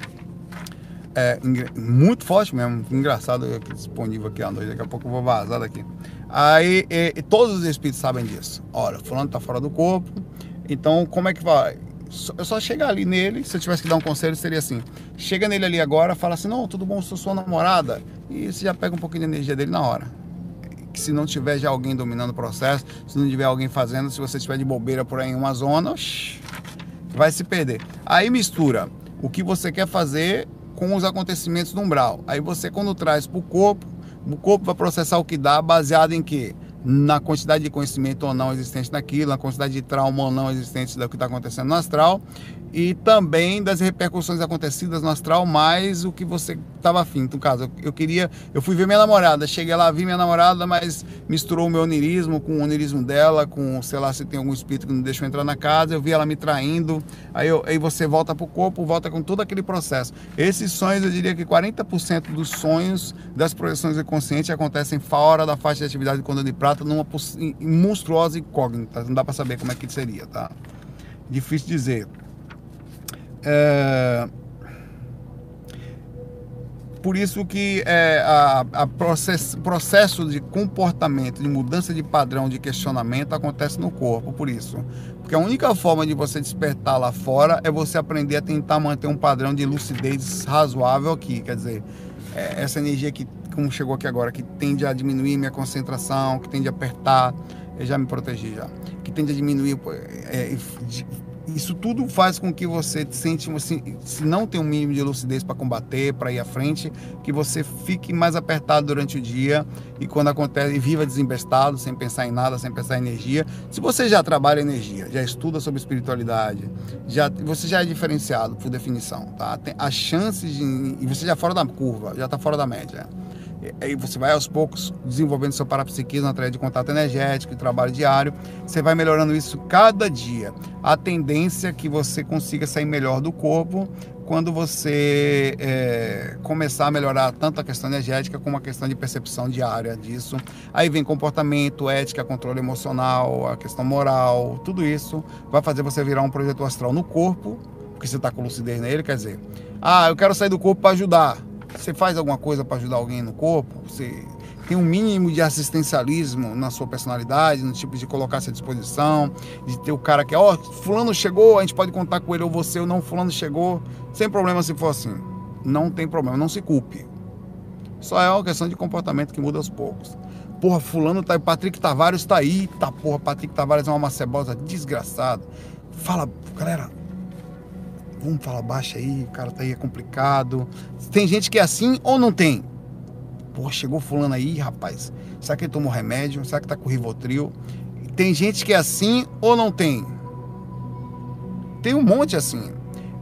Muito forte mesmo, engraçado, eu disponível aqui à noite, daqui a pouco eu vou vazar daqui. Aí todos os espíritos sabem disso. Olha, fulano tá fora do corpo, então como é que vai? Eu só chegar ali nele, se eu tivesse que dar um conselho, seria assim: chega nele ali agora, fala assim, não, tudo bom, sou sua namorada, e você já pega um pouquinho de energia dele na hora. Que se não tiver já alguém dominando o processo, se não tiver alguém fazendo, se você estiver de bobeira por aí em uma zona, vai se perder. Aí mistura o que você quer fazer com os acontecimentos do umbral. Aí você, quando traz para o corpo vai processar o que dá, baseado em quê? Na quantidade de conhecimento ou não existente naquilo, na quantidade de trauma ou não existente do que está acontecendo no astral, e também das repercussões acontecidas no astral, mais o que você estava afim. No caso, eu fui ver minha namorada, cheguei lá, vi minha namorada, mas misturou o meu onirismo com o onirismo dela, com, sei lá, se tem algum espírito que não deixou entrar na casa, eu vi ela me traindo, aí você volta para o corpo, volta com todo aquele processo. Esses sonhos, eu diria que 40% dos sonhos das projeções inconscientes acontecem fora da faixa de atividade de cordão de prata, numa monstruosa incógnita, não dá para saber como é que seria, tá? Difícil dizer. Por isso que processo de comportamento, de mudança de padrão de questionamento acontece no corpo, por isso. Porque a única forma de você despertar lá fora é você aprender a tentar manter um padrão de lucidez razoável aqui. Quer dizer, essa energia que, como chegou aqui agora, que tende a diminuir minha concentração, que tende a apertar, eu já me protegi já, que tende a diminuir... Isso tudo faz com que você sente, se não tem um mínimo de lucidez para combater, para ir à frente, que você fique mais apertado durante o dia, e quando acontece, viva desembestado, sem pensar em nada, sem pensar em energia. Se você já trabalha energia, já estuda sobre espiritualidade, você já é diferenciado por definição, tá? Tem as chances e você já é fora da curva, já está fora da média. Aí você vai aos poucos desenvolvendo seu parapsiquismo através de contato energético e trabalho diário. Você vai melhorando isso cada dia. A tendência é que você consiga sair melhor do corpo quando você começar a melhorar tanto a questão energética como a questão de percepção diária disso. Aí vem comportamento, ética, controle emocional, a questão moral. Tudo isso vai fazer você virar um projetor astral no corpo, porque você está com lucidez nele. Quer dizer, eu quero sair do corpo para ajudar. Você faz alguma coisa para ajudar alguém no corpo? Você tem um mínimo de assistencialismo na sua personalidade, no tipo de colocar-se à disposição, de ter o cara que, fulano chegou, a gente pode contar com ele, ou você, ou não, fulano chegou, sem problema se for assim. Não tem problema, não se culpe. Só é uma questão de comportamento que muda aos poucos. Porra, fulano tá aí, Patrick Tavares tá aí, Patrick Tavares é uma macebosa desgraçado. Fala, galera, vamos falar baixo aí, o cara tá aí, é complicado. Tem gente que é assim ou não tem? Pô, chegou fulano aí, rapaz. Será que ele tomou remédio? Será que tá com Rivotril? Tem gente que é assim ou não tem? Tem um monte assim.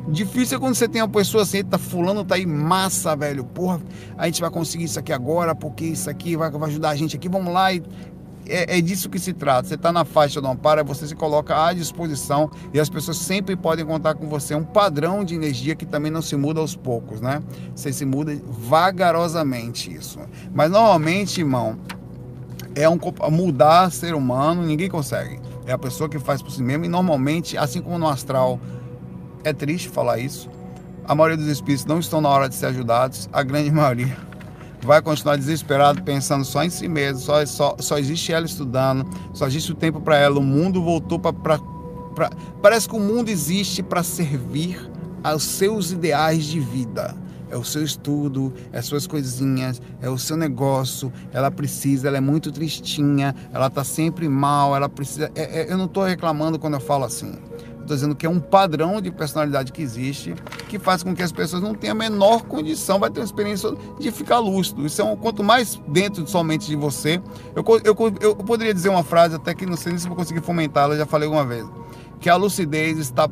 Difícil é quando você tem uma pessoa assim, tá fulano, tá aí, massa, velho, porra, a gente vai conseguir isso aqui agora, porque isso aqui vai ajudar a gente aqui, vamos lá. E é disso que se trata. Você está na faixa do amparo, você se coloca à disposição e as pessoas sempre podem contar com você. É um padrão de energia que também não se muda aos poucos, né? Você se muda vagarosamente isso. Mas normalmente, irmão, mudar ser humano, ninguém consegue. É a pessoa que faz por si mesmo e normalmente, assim como no astral, é triste falar isso, a maioria dos espíritos não estão na hora de ser ajudados, a grande maioria vai continuar desesperado, pensando só em si mesmo, só existe ela estudando, só existe o tempo para ela, o mundo voltou para... Parece que o mundo existe para servir aos seus ideais de vida. É o seu estudo, é as suas coisinhas, é o seu negócio, ela precisa, ela é muito tristinha, ela está sempre mal, ela precisa... eu não estou reclamando quando eu falo assim. Estou dizendo que é um padrão de personalidade que existe, que faz com que as pessoas não tenham a menor condição, vai ter uma experiência de ficar lúcido. Isso é quanto mais dentro somente de você. Eu poderia dizer uma frase, até que não sei se vou conseguir fomentá-la, já falei alguma vez, que a lucidez está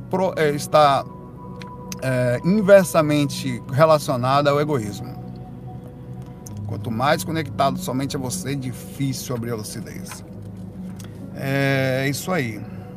inversamente relacionada ao egoísmo. Quanto mais conectado somente a você, é difícil abrir a lucidez. É isso aí.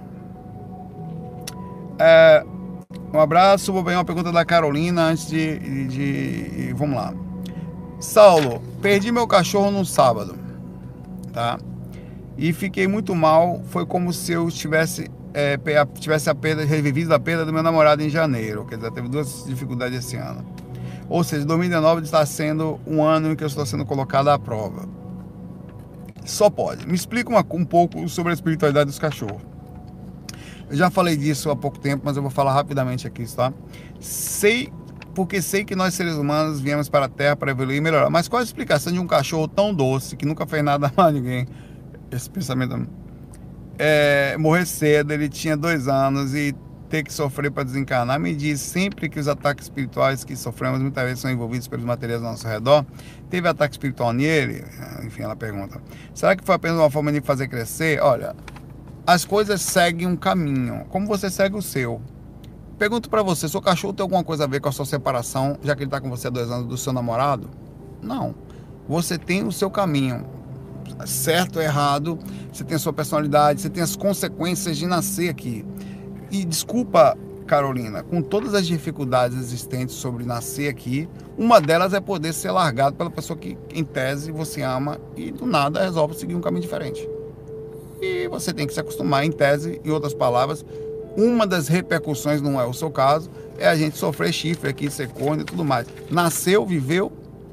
Um abraço, vou ver uma pergunta da Carolina antes de... Vamos lá. Saulo, perdi meu cachorro no sábado, tá? E fiquei muito mal, foi como se eu tivesse revivido a perda do meu namorado em janeiro, quer dizer, teve duas dificuldades esse ano. Ou seja, 2019 está sendo um ano em que eu estou sendo colocado à prova. Só pode. Me explica um pouco sobre a espiritualidade dos cachorros. Eu já falei disso há pouco tempo, mas eu vou falar rapidamente aqui, tá? Porque sei que nós seres humanos viemos para a Terra para evoluir e melhorar. Mas qual a explicação de um cachorro tão doce, que nunca fez nada a ninguém? Esse pensamento... morrer cedo, ele tinha 2 anos e ter que sofrer para desencarnar. Me diz sempre que os ataques espirituais que sofremos muitas vezes são envolvidos pelos materiais ao nosso redor. Teve ataque espiritual nele? Enfim, ela pergunta. Será que foi apenas uma forma de fazer crescer? Olha... As coisas seguem um caminho, como você segue o seu. Pergunto para você, seu cachorro tem alguma coisa a ver com a sua separação, já que ele está com você há 2 anos, do seu namorado? Não. Você tem o seu caminho, certo ou errado, você tem a sua personalidade, você tem as consequências de nascer aqui. E desculpa, Carolina, com todas as dificuldades existentes sobre nascer aqui, uma delas é poder ser largado pela pessoa que, em tese, você ama e do nada resolve seguir um caminho diferente. E você tem que se acostumar, em tese, em outras palavras, uma das repercussões, não é o seu caso, é a gente sofrer chifre aqui, ser corno e tudo mais. Nasceu, viveu,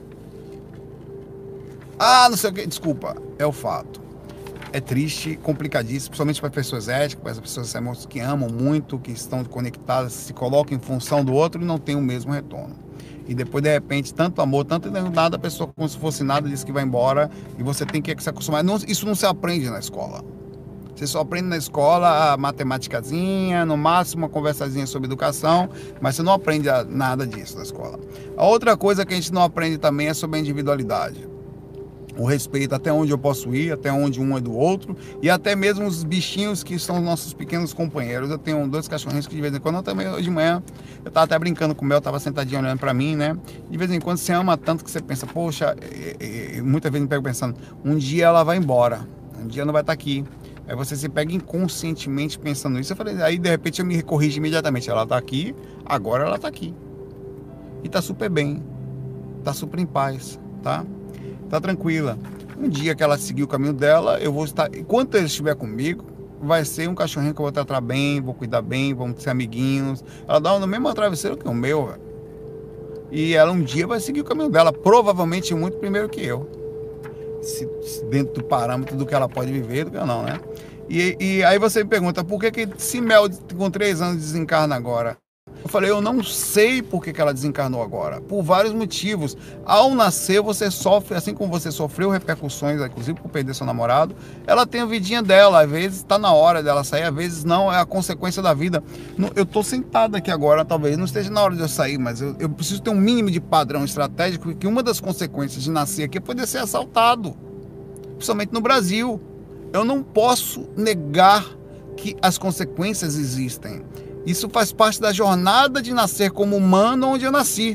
não sei o que, desculpa, é o fato. É triste, complicadíssimo, principalmente para pessoas éticas, para as pessoas que amam muito, que estão conectadas, se colocam em função do outro e não tem o mesmo retorno. E depois, de repente, tanto amor, tanto nada, a pessoa, como se fosse nada, diz que vai embora e você tem que se acostumar. Isso não se aprende na escola. Você só aprende na escola a matemáticazinha, no máximo uma conversazinha sobre educação, mas você não aprende nada disso na escola. A outra coisa que a gente não aprende também é sobre a individualidade. O respeito, até onde eu posso ir, até onde um é do outro, e até mesmo os bichinhos que são nossos pequenos companheiros. Eu tenho 2 cachorrinhos que de vez em quando, eu também, hoje de manhã, eu estava até brincando com o Mel, tava sentadinho olhando para mim, né? De vez em quando você ama tanto que você pensa, poxa, muitas vezes me pego pensando, um dia ela vai embora, um dia não vai estar aqui. Aí você se pega inconscientemente pensando isso. Eu falei, aí de repente eu me corrijo imediatamente, ela tá aqui, agora ela tá aqui. E tá super bem, tá super em paz, tá? Tá tranquila. Um dia que ela seguir o caminho dela, eu vou estar... Enquanto ele estiver comigo, vai ser um cachorrinho que eu vou tratar bem, vou cuidar bem, vamos ser amiguinhos. Ela dá no mesmo travesseiro que o meu, velho. E ela um dia vai seguir o caminho dela, provavelmente muito primeiro que eu. Se dentro do parâmetro do que ela pode viver, do que não, né? E aí você me pergunta, por que se Mel com 3 anos desencarna agora? Eu falei, eu não sei por que ela desencarnou agora. Por vários motivos. Ao nascer, você sofre, assim como você sofreu repercussões, inclusive por perder seu namorado, ela tem a vidinha dela. Às vezes está na hora dela sair, às vezes não, é a consequência da vida. Eu estou sentado aqui agora, talvez não esteja na hora de eu sair, mas eu preciso ter um mínimo de padrão estratégico, que uma das consequências de nascer aqui é poder ser assaltado. Principalmente no Brasil. Eu não posso negar que as consequências existem. Isso faz parte da jornada de nascer como humano onde eu nasci.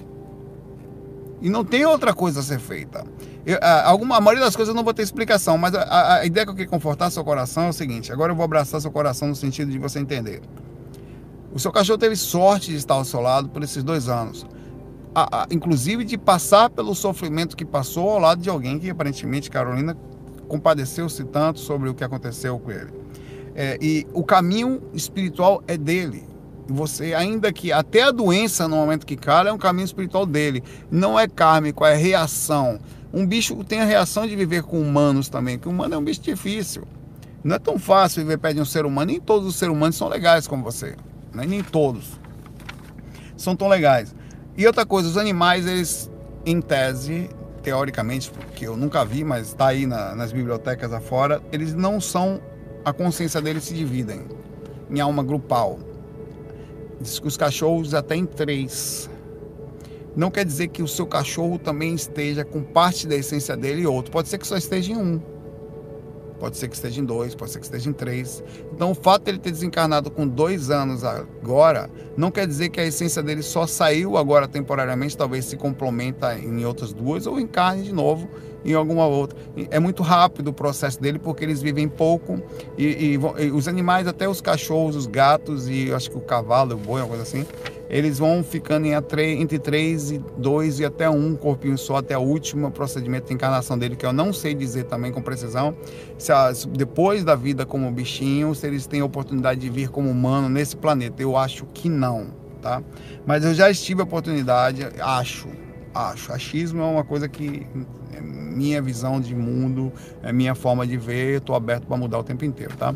E não tem outra coisa a ser feita. A maioria das coisas eu não vou ter explicação, mas a ideia que eu quero confortar seu coração é o seguinte: agora eu vou abraçar seu coração no sentido de você entender. O seu cachorro teve sorte de estar ao seu lado por esses 2 anos. Inclusive de passar pelo sofrimento que passou ao lado de alguém que aparentemente, Carolina, compadeceu-se tanto sobre o que aconteceu com ele. E o caminho espiritual é dele. Você, ainda que até a doença no momento que cala, é um caminho espiritual dele. Não é kármico, é reação. Um bicho tem a reação de viver com humanos também, porque o humano é um bicho difícil. Não é tão fácil viver perto de um ser humano. Nem todos os seres humanos são legais como você, né? Nem todos são tão legais. E outra coisa, os animais, eles, em tese, teoricamente, porque eu nunca vi, mas está aí nas bibliotecas afora, eles não são, a consciência deles se dividem em alma grupal. Diz que os cachorros até em 3. Não quer dizer que o seu cachorro também esteja com parte da essência dele e outro. Pode ser que só esteja em 1. Pode ser que esteja em 2, pode ser que esteja em 3. Então o fato de ele ter desencarnado com 2 anos agora, não quer dizer que a essência dele só saiu agora temporariamente, talvez se complementa em outras 2 ou encarne de novo em alguma outra. É muito rápido o processo dele porque eles vivem pouco e os animais, até os cachorros, os gatos e eu acho que o cavalo, o boi, uma coisa assim, eles vão ficando entre 3 e 2 e até 1 corpinho só, até o último procedimento de encarnação dele, que eu não sei dizer também com precisão, depois da vida como bichinho, se eles têm a oportunidade de vir como humano nesse planeta. Eu acho que não, tá? Mas eu já tive a oportunidade, acho. Achismo é uma coisa que é minha visão de mundo, é minha forma de ver, eu estou aberto para mudar o tempo inteiro, tá?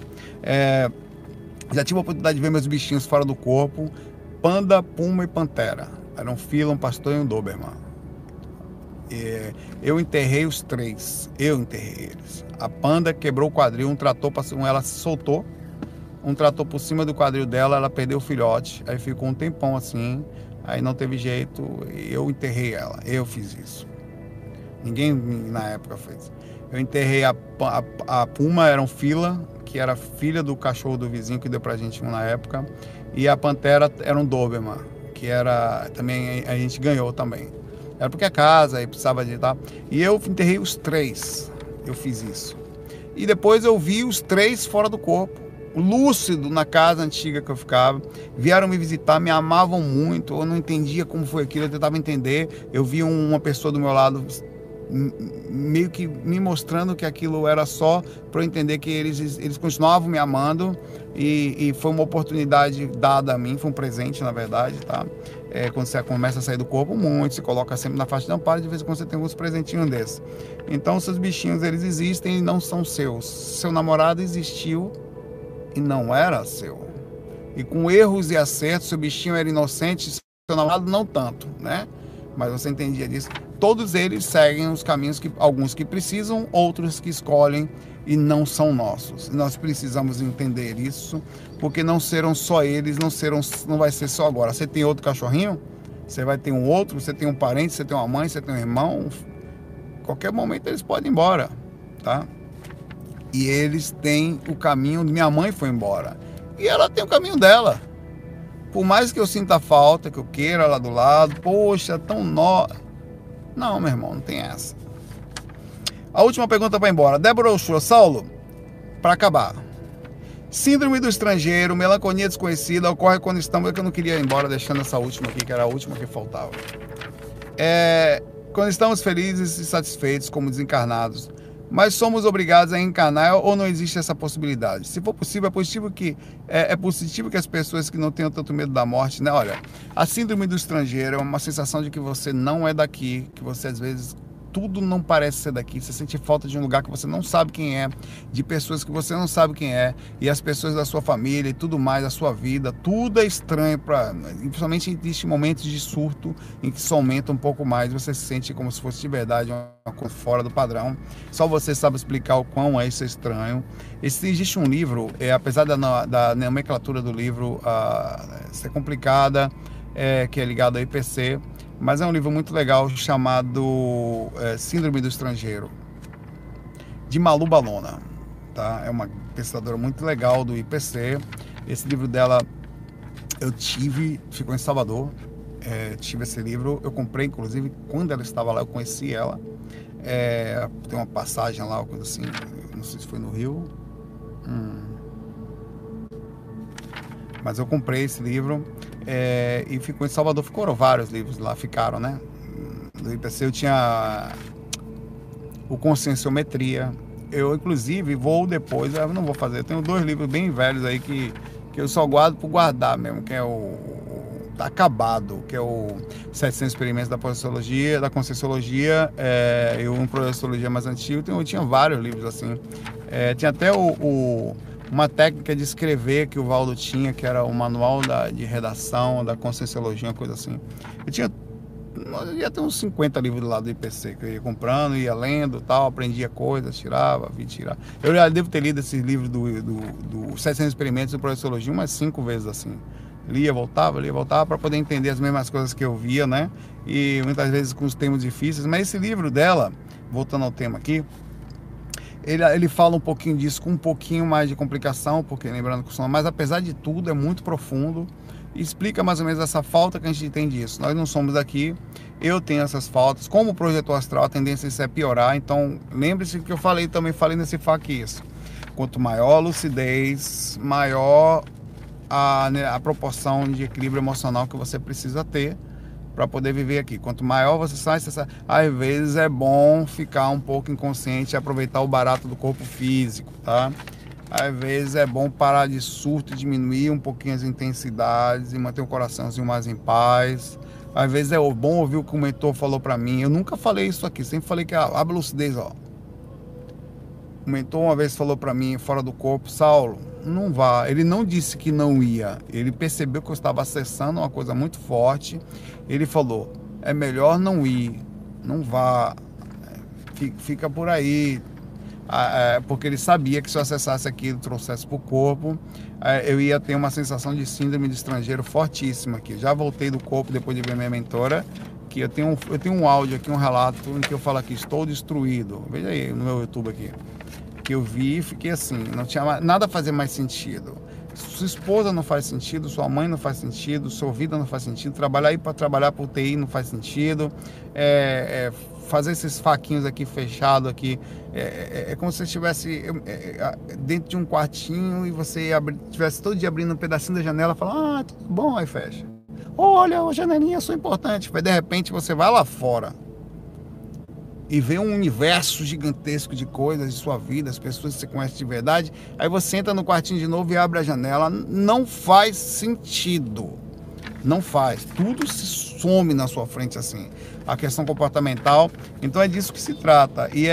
Já tive a oportunidade de ver meus bichinhos fora do corpo, panda, puma e pantera. Era um fila, um pastor e um doberman. Eu enterrei os 3. Eu enterrei eles. A panda quebrou o quadril, um trator, ela se soltou, um trator por cima do quadril dela, ela perdeu o filhote, aí ficou um tempão assim, aí não teve jeito, eu enterrei ela, eu fiz isso. Ninguém na época fez. Eu enterrei a puma, era um fila, que era filha do cachorro do vizinho que deu pra gente na época, e a pantera era um doberman, que era também, a gente ganhou também. Era porque a casa aí precisava de tal. E eu enterrei os 3. Eu fiz isso. E depois eu vi os 3 fora do corpo, lúcido, na casa antiga que eu ficava. Vieram me visitar, me amavam muito. Eu não entendia como foi aquilo, eu tentava entender. Eu vi uma pessoa do meu lado meio que me mostrando que aquilo era só para eu entender que eles continuavam me amando e foi uma oportunidade dada a mim, foi um presente na verdade, tá? Quando você começa a sair do corpo muito, se coloca sempre na faixa de amparo, de vez em quando você tem alguns presentinhos desses. Então seus bichinhos, eles existem e não são seus. Seu namorado existiu e não era seu. E com erros e acertos, seu bichinho era inocente, seu namorado não tanto, né? Mas você entendia disso. Todos eles seguem os caminhos, alguns que precisam, outros que escolhem e não são nossos. Nós precisamos entender isso, porque não serão só eles, não vai ser só agora. Você tem outro cachorrinho, você vai ter um outro, você tem um parente, você tem uma mãe, você tem um irmão. Qualquer momento eles podem ir embora, tá? E eles têm o caminho. Minha mãe foi embora e ela tem o caminho dela. Por mais que eu sinta falta, que eu queira lá do lado, poxa, tão Não, meu irmão, não tem essa. A última pergunta para ir embora. Débora Uchoa, Saulo, para acabar. Síndrome do estrangeiro, melancolia desconhecida, ocorre quando estamos... É que eu não queria ir embora deixando essa última aqui, que era a última que faltava. Quando estamos felizes e satisfeitos como desencarnados, mas somos obrigados a encarnar ou não existe essa possibilidade? Se for possível, é positivo que as pessoas que não tenham tanto medo da morte, né? Olha, a síndrome do estrangeiro é uma sensação de que você não é daqui, que você às vezes tudo não parece ser daqui, você sente falta de um lugar que você não sabe quem é, de pessoas que você não sabe quem é, e as pessoas da sua família e tudo mais, a sua vida, tudo é estranho, principalmente existem momentos de surto em que isso aumenta um pouco mais, você se sente como se fosse de verdade uma coisa fora do padrão, só você sabe explicar o quão é isso estranho. Existe um livro, apesar da nomenclatura do livro ser complicada, que é ligado ao IPC, mas é um livro muito legal chamado Síndrome do Estrangeiro, de Malu Balona, tá? É uma pesquisadora muito legal do IPC. Esse livro dela ficou em Salvador, tive esse livro, eu comprei, inclusive, quando ela estava lá, eu conheci ela, tem uma passagem lá, coisa assim, não sei se foi no Rio, mas eu comprei esse livro, e ficou em Salvador, ficaram vários livros lá, ficaram, né? Do IPC eu tinha o Conscienciometria, eu inclusive vou depois, eu não vou fazer, eu tenho 2 livros bem velhos aí que eu só guardo por guardar mesmo, que é tá acabado, que é o 700 Experimentos da Projeciologia, da Conscienciologia, e um Projeciologia mais antigo, eu tinha vários livros assim, tinha até uma técnica de escrever que o Valdo tinha, que era o manual de redação da Conscienciologia, uma coisa assim. Eu ia ter uns 50 livros do lado do IPC que eu ia comprando, ia lendo, tal, aprendia coisas, vim tirar. Eu já devo ter lido esses livros do 700 Experimentos da Projeciologia umas 5 vezes assim. Lia, voltava para poder entender as mesmas coisas que eu via, né? E muitas vezes com os termos difíceis. Mas esse livro dela, voltando ao tema aqui, ele fala um pouquinho disso com um pouquinho mais de complicação, porque lembrando que o sono, mas apesar de tudo é muito profundo e explica mais ou menos essa falta que a gente tem disso. Nós não somos daqui, eu tenho essas faltas, como projetor astral a tendência é piorar, então lembre-se que eu falei nesse FAQ isso. Quanto maior a lucidez, maior a proporção de equilíbrio emocional que você precisa ter para poder viver aqui. Quanto maior você sai, às vezes é bom ficar um pouco inconsciente e aproveitar o barato do corpo físico, tá? Às vezes é bom parar de surto e diminuir um pouquinho as intensidades e manter o coraçãozinho mais em paz. Às vezes é bom ouvir o que o mentor falou para mim. Eu nunca falei isso aqui, sempre falei que a lucidez, ó. O mentor uma vez falou para mim, fora do corpo, Saulo, não vá. Ele não disse que não ia. Ele percebeu que eu estava acessando uma coisa muito forte. Ele falou, é melhor não ir, não vá, fica por aí. Porque ele sabia que se eu acessasse aquilo, trouxesse para o corpo, eu ia ter uma sensação de síndrome de estrangeiro fortíssima aqui. Já voltei do corpo depois de ver minha mentora, que eu tenho um áudio aqui, um relato em que eu falo aqui, estou destruído. Veja aí no meu YouTube aqui. Que eu vi e fiquei assim, não tinha nada a fazer mais sentido. Sua esposa não faz sentido, sua mãe não faz sentido, sua vida não faz sentido, trabalhar para trabalhar por TI não faz sentido, fazer esses faquinhos aqui fechado aqui, é como se você estivesse dentro de um quartinho e você estivesse todo dia abrindo um pedacinho da janela e falando, tudo bom, aí fecha. Olha, a janelinha é só importante, mas de repente você vai lá fora e vê um universo gigantesco de coisas de sua vida, as pessoas que você conhece de verdade, aí você entra no quartinho de novo e abre a janela, não faz sentido, não faz, tudo se some na sua frente assim, a questão comportamental, então é disso que se trata, e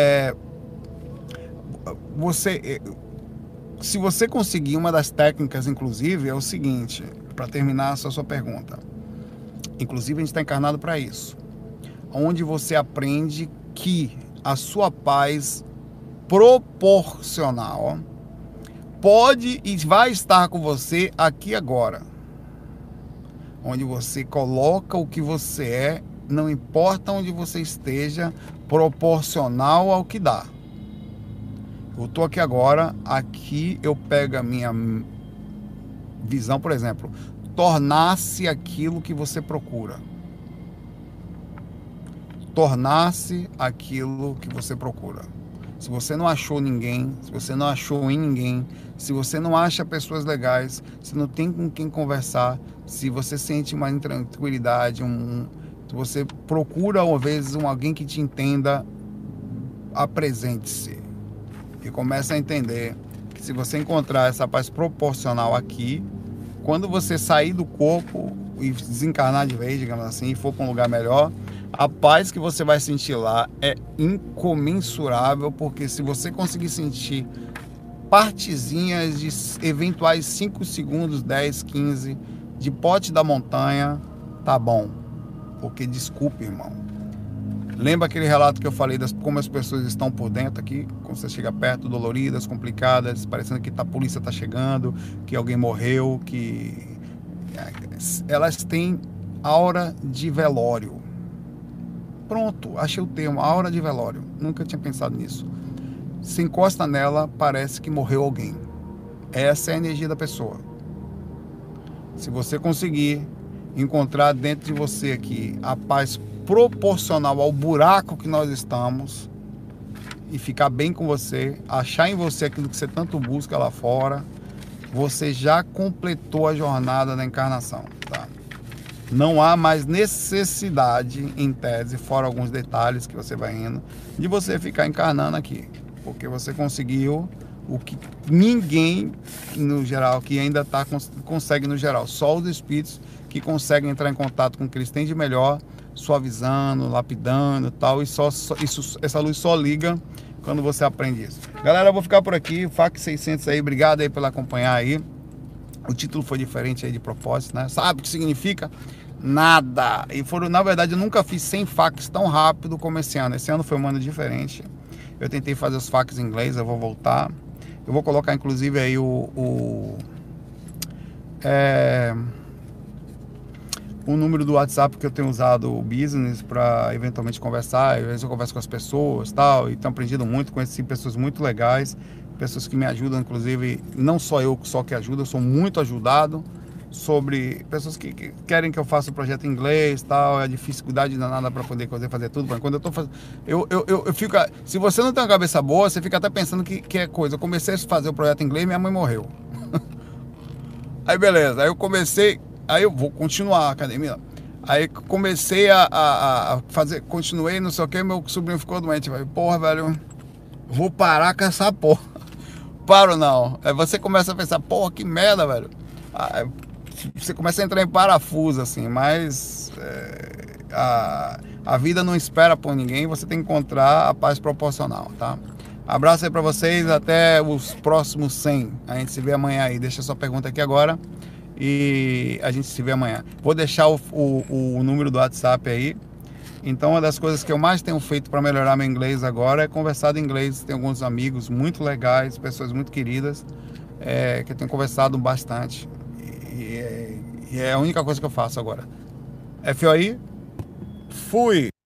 se você conseguir uma das técnicas, inclusive, é o seguinte, para terminar a sua pergunta, inclusive a gente está encarnado para isso, onde você aprende que a sua paz proporcional pode e vai estar com você aqui agora. Onde você coloca o que você é, não importa onde você esteja, proporcional ao que dá. Eu estou aqui agora, aqui eu pego a minha visão, por exemplo, tornar-se aquilo que você procura. Tornar-se aquilo que você procura. Se você não achou ninguém, se você não achou em ninguém, se você não acha pessoas legais, se não tem com quem conversar, se você sente uma intranquilidade, se você procura às vezes alguém que te entenda, apresente-se e comece a entender que se você encontrar essa paz proporcional aqui, quando você sair do corpo e desencarnar de vez, digamos assim, e for para um lugar melhor, a paz que você vai sentir lá é incomensurável, porque se você conseguir sentir partezinhas de eventuais 5 segundos, 10, 15 de pote da montanha, tá bom. Porque desculpe, irmão. Lembra aquele relato que eu falei das como as pessoas estão por dentro aqui? Quando você chega perto, doloridas, complicadas, parecendo que a polícia está chegando, que alguém morreu, que elas têm aura de velório. Pronto, achei o termo, aura de velório. Nunca tinha pensado nisso. Se encosta nela, parece que morreu alguém. Essa é a energia da pessoa. Se você conseguir encontrar dentro de você aqui a paz proporcional ao buraco que nós estamos e ficar bem com você, achar em você aquilo que você tanto busca lá fora, você já completou a jornada da encarnação, tá? Não há mais necessidade, em tese, fora alguns detalhes que você vai indo, de você ficar encarnando aqui, porque você conseguiu o que ninguém, no geral, que ainda consegue no geral. Só os espíritos que conseguem entrar em contato com o que eles têm de melhor, suavizando, lapidando e tal, e essa luz só liga quando você aprende isso. Galera, eu vou ficar por aqui, FAQ 600 aí, obrigado aí por acompanhar aí. O título foi diferente aí de propósito, né? Sabe o que significa? Nada. E na verdade, eu nunca fiz 100 FAQs tão rápido como esse ano. Esse ano foi um ano diferente. Eu tentei fazer os FAQs em inglês, eu vou voltar. Eu vou colocar inclusive aí o número do WhatsApp que eu tenho usado, o business, para eventualmente conversar. Às vezes eu converso com as pessoas tal, e tenho aprendido muito, conheci pessoas muito legais, pessoas que me ajudam, inclusive, não só eu só que ajudo, eu sou muito ajudado, sobre pessoas que querem que eu faça o projeto em inglês tal, é a dificuldade danada para poder fazer tudo. Quando eu tô fazendo, eu fico, se você não tem uma cabeça boa, você fica até pensando que é coisa. Eu comecei a fazer o projeto em inglês, minha mãe morreu. Aí beleza, aí eu comecei, aí eu vou continuar a academia. Aí comecei a fazer, continuei, não sei o que, meu sobrinho ficou doente. Falei, porra, velho, vou parar com essa porra. Paro não. Aí você começa a pensar, porra, que merda, velho. Aí você começa a entrar em parafuso, assim, mas a vida não espera por ninguém, você tem que encontrar a paz proporcional, tá? Abraço aí pra vocês, até os próximos 100. A gente se vê amanhã aí. Deixa sua pergunta aqui agora e a gente se vê amanhã. Vou deixar o número do WhatsApp aí. Então, uma das coisas que eu mais tenho feito para melhorar meu inglês agora é conversar em inglês. Tenho alguns amigos muito legais, pessoas muito queridas, que eu tenho conversado bastante. E é a única coisa que eu faço agora. FOI, fui!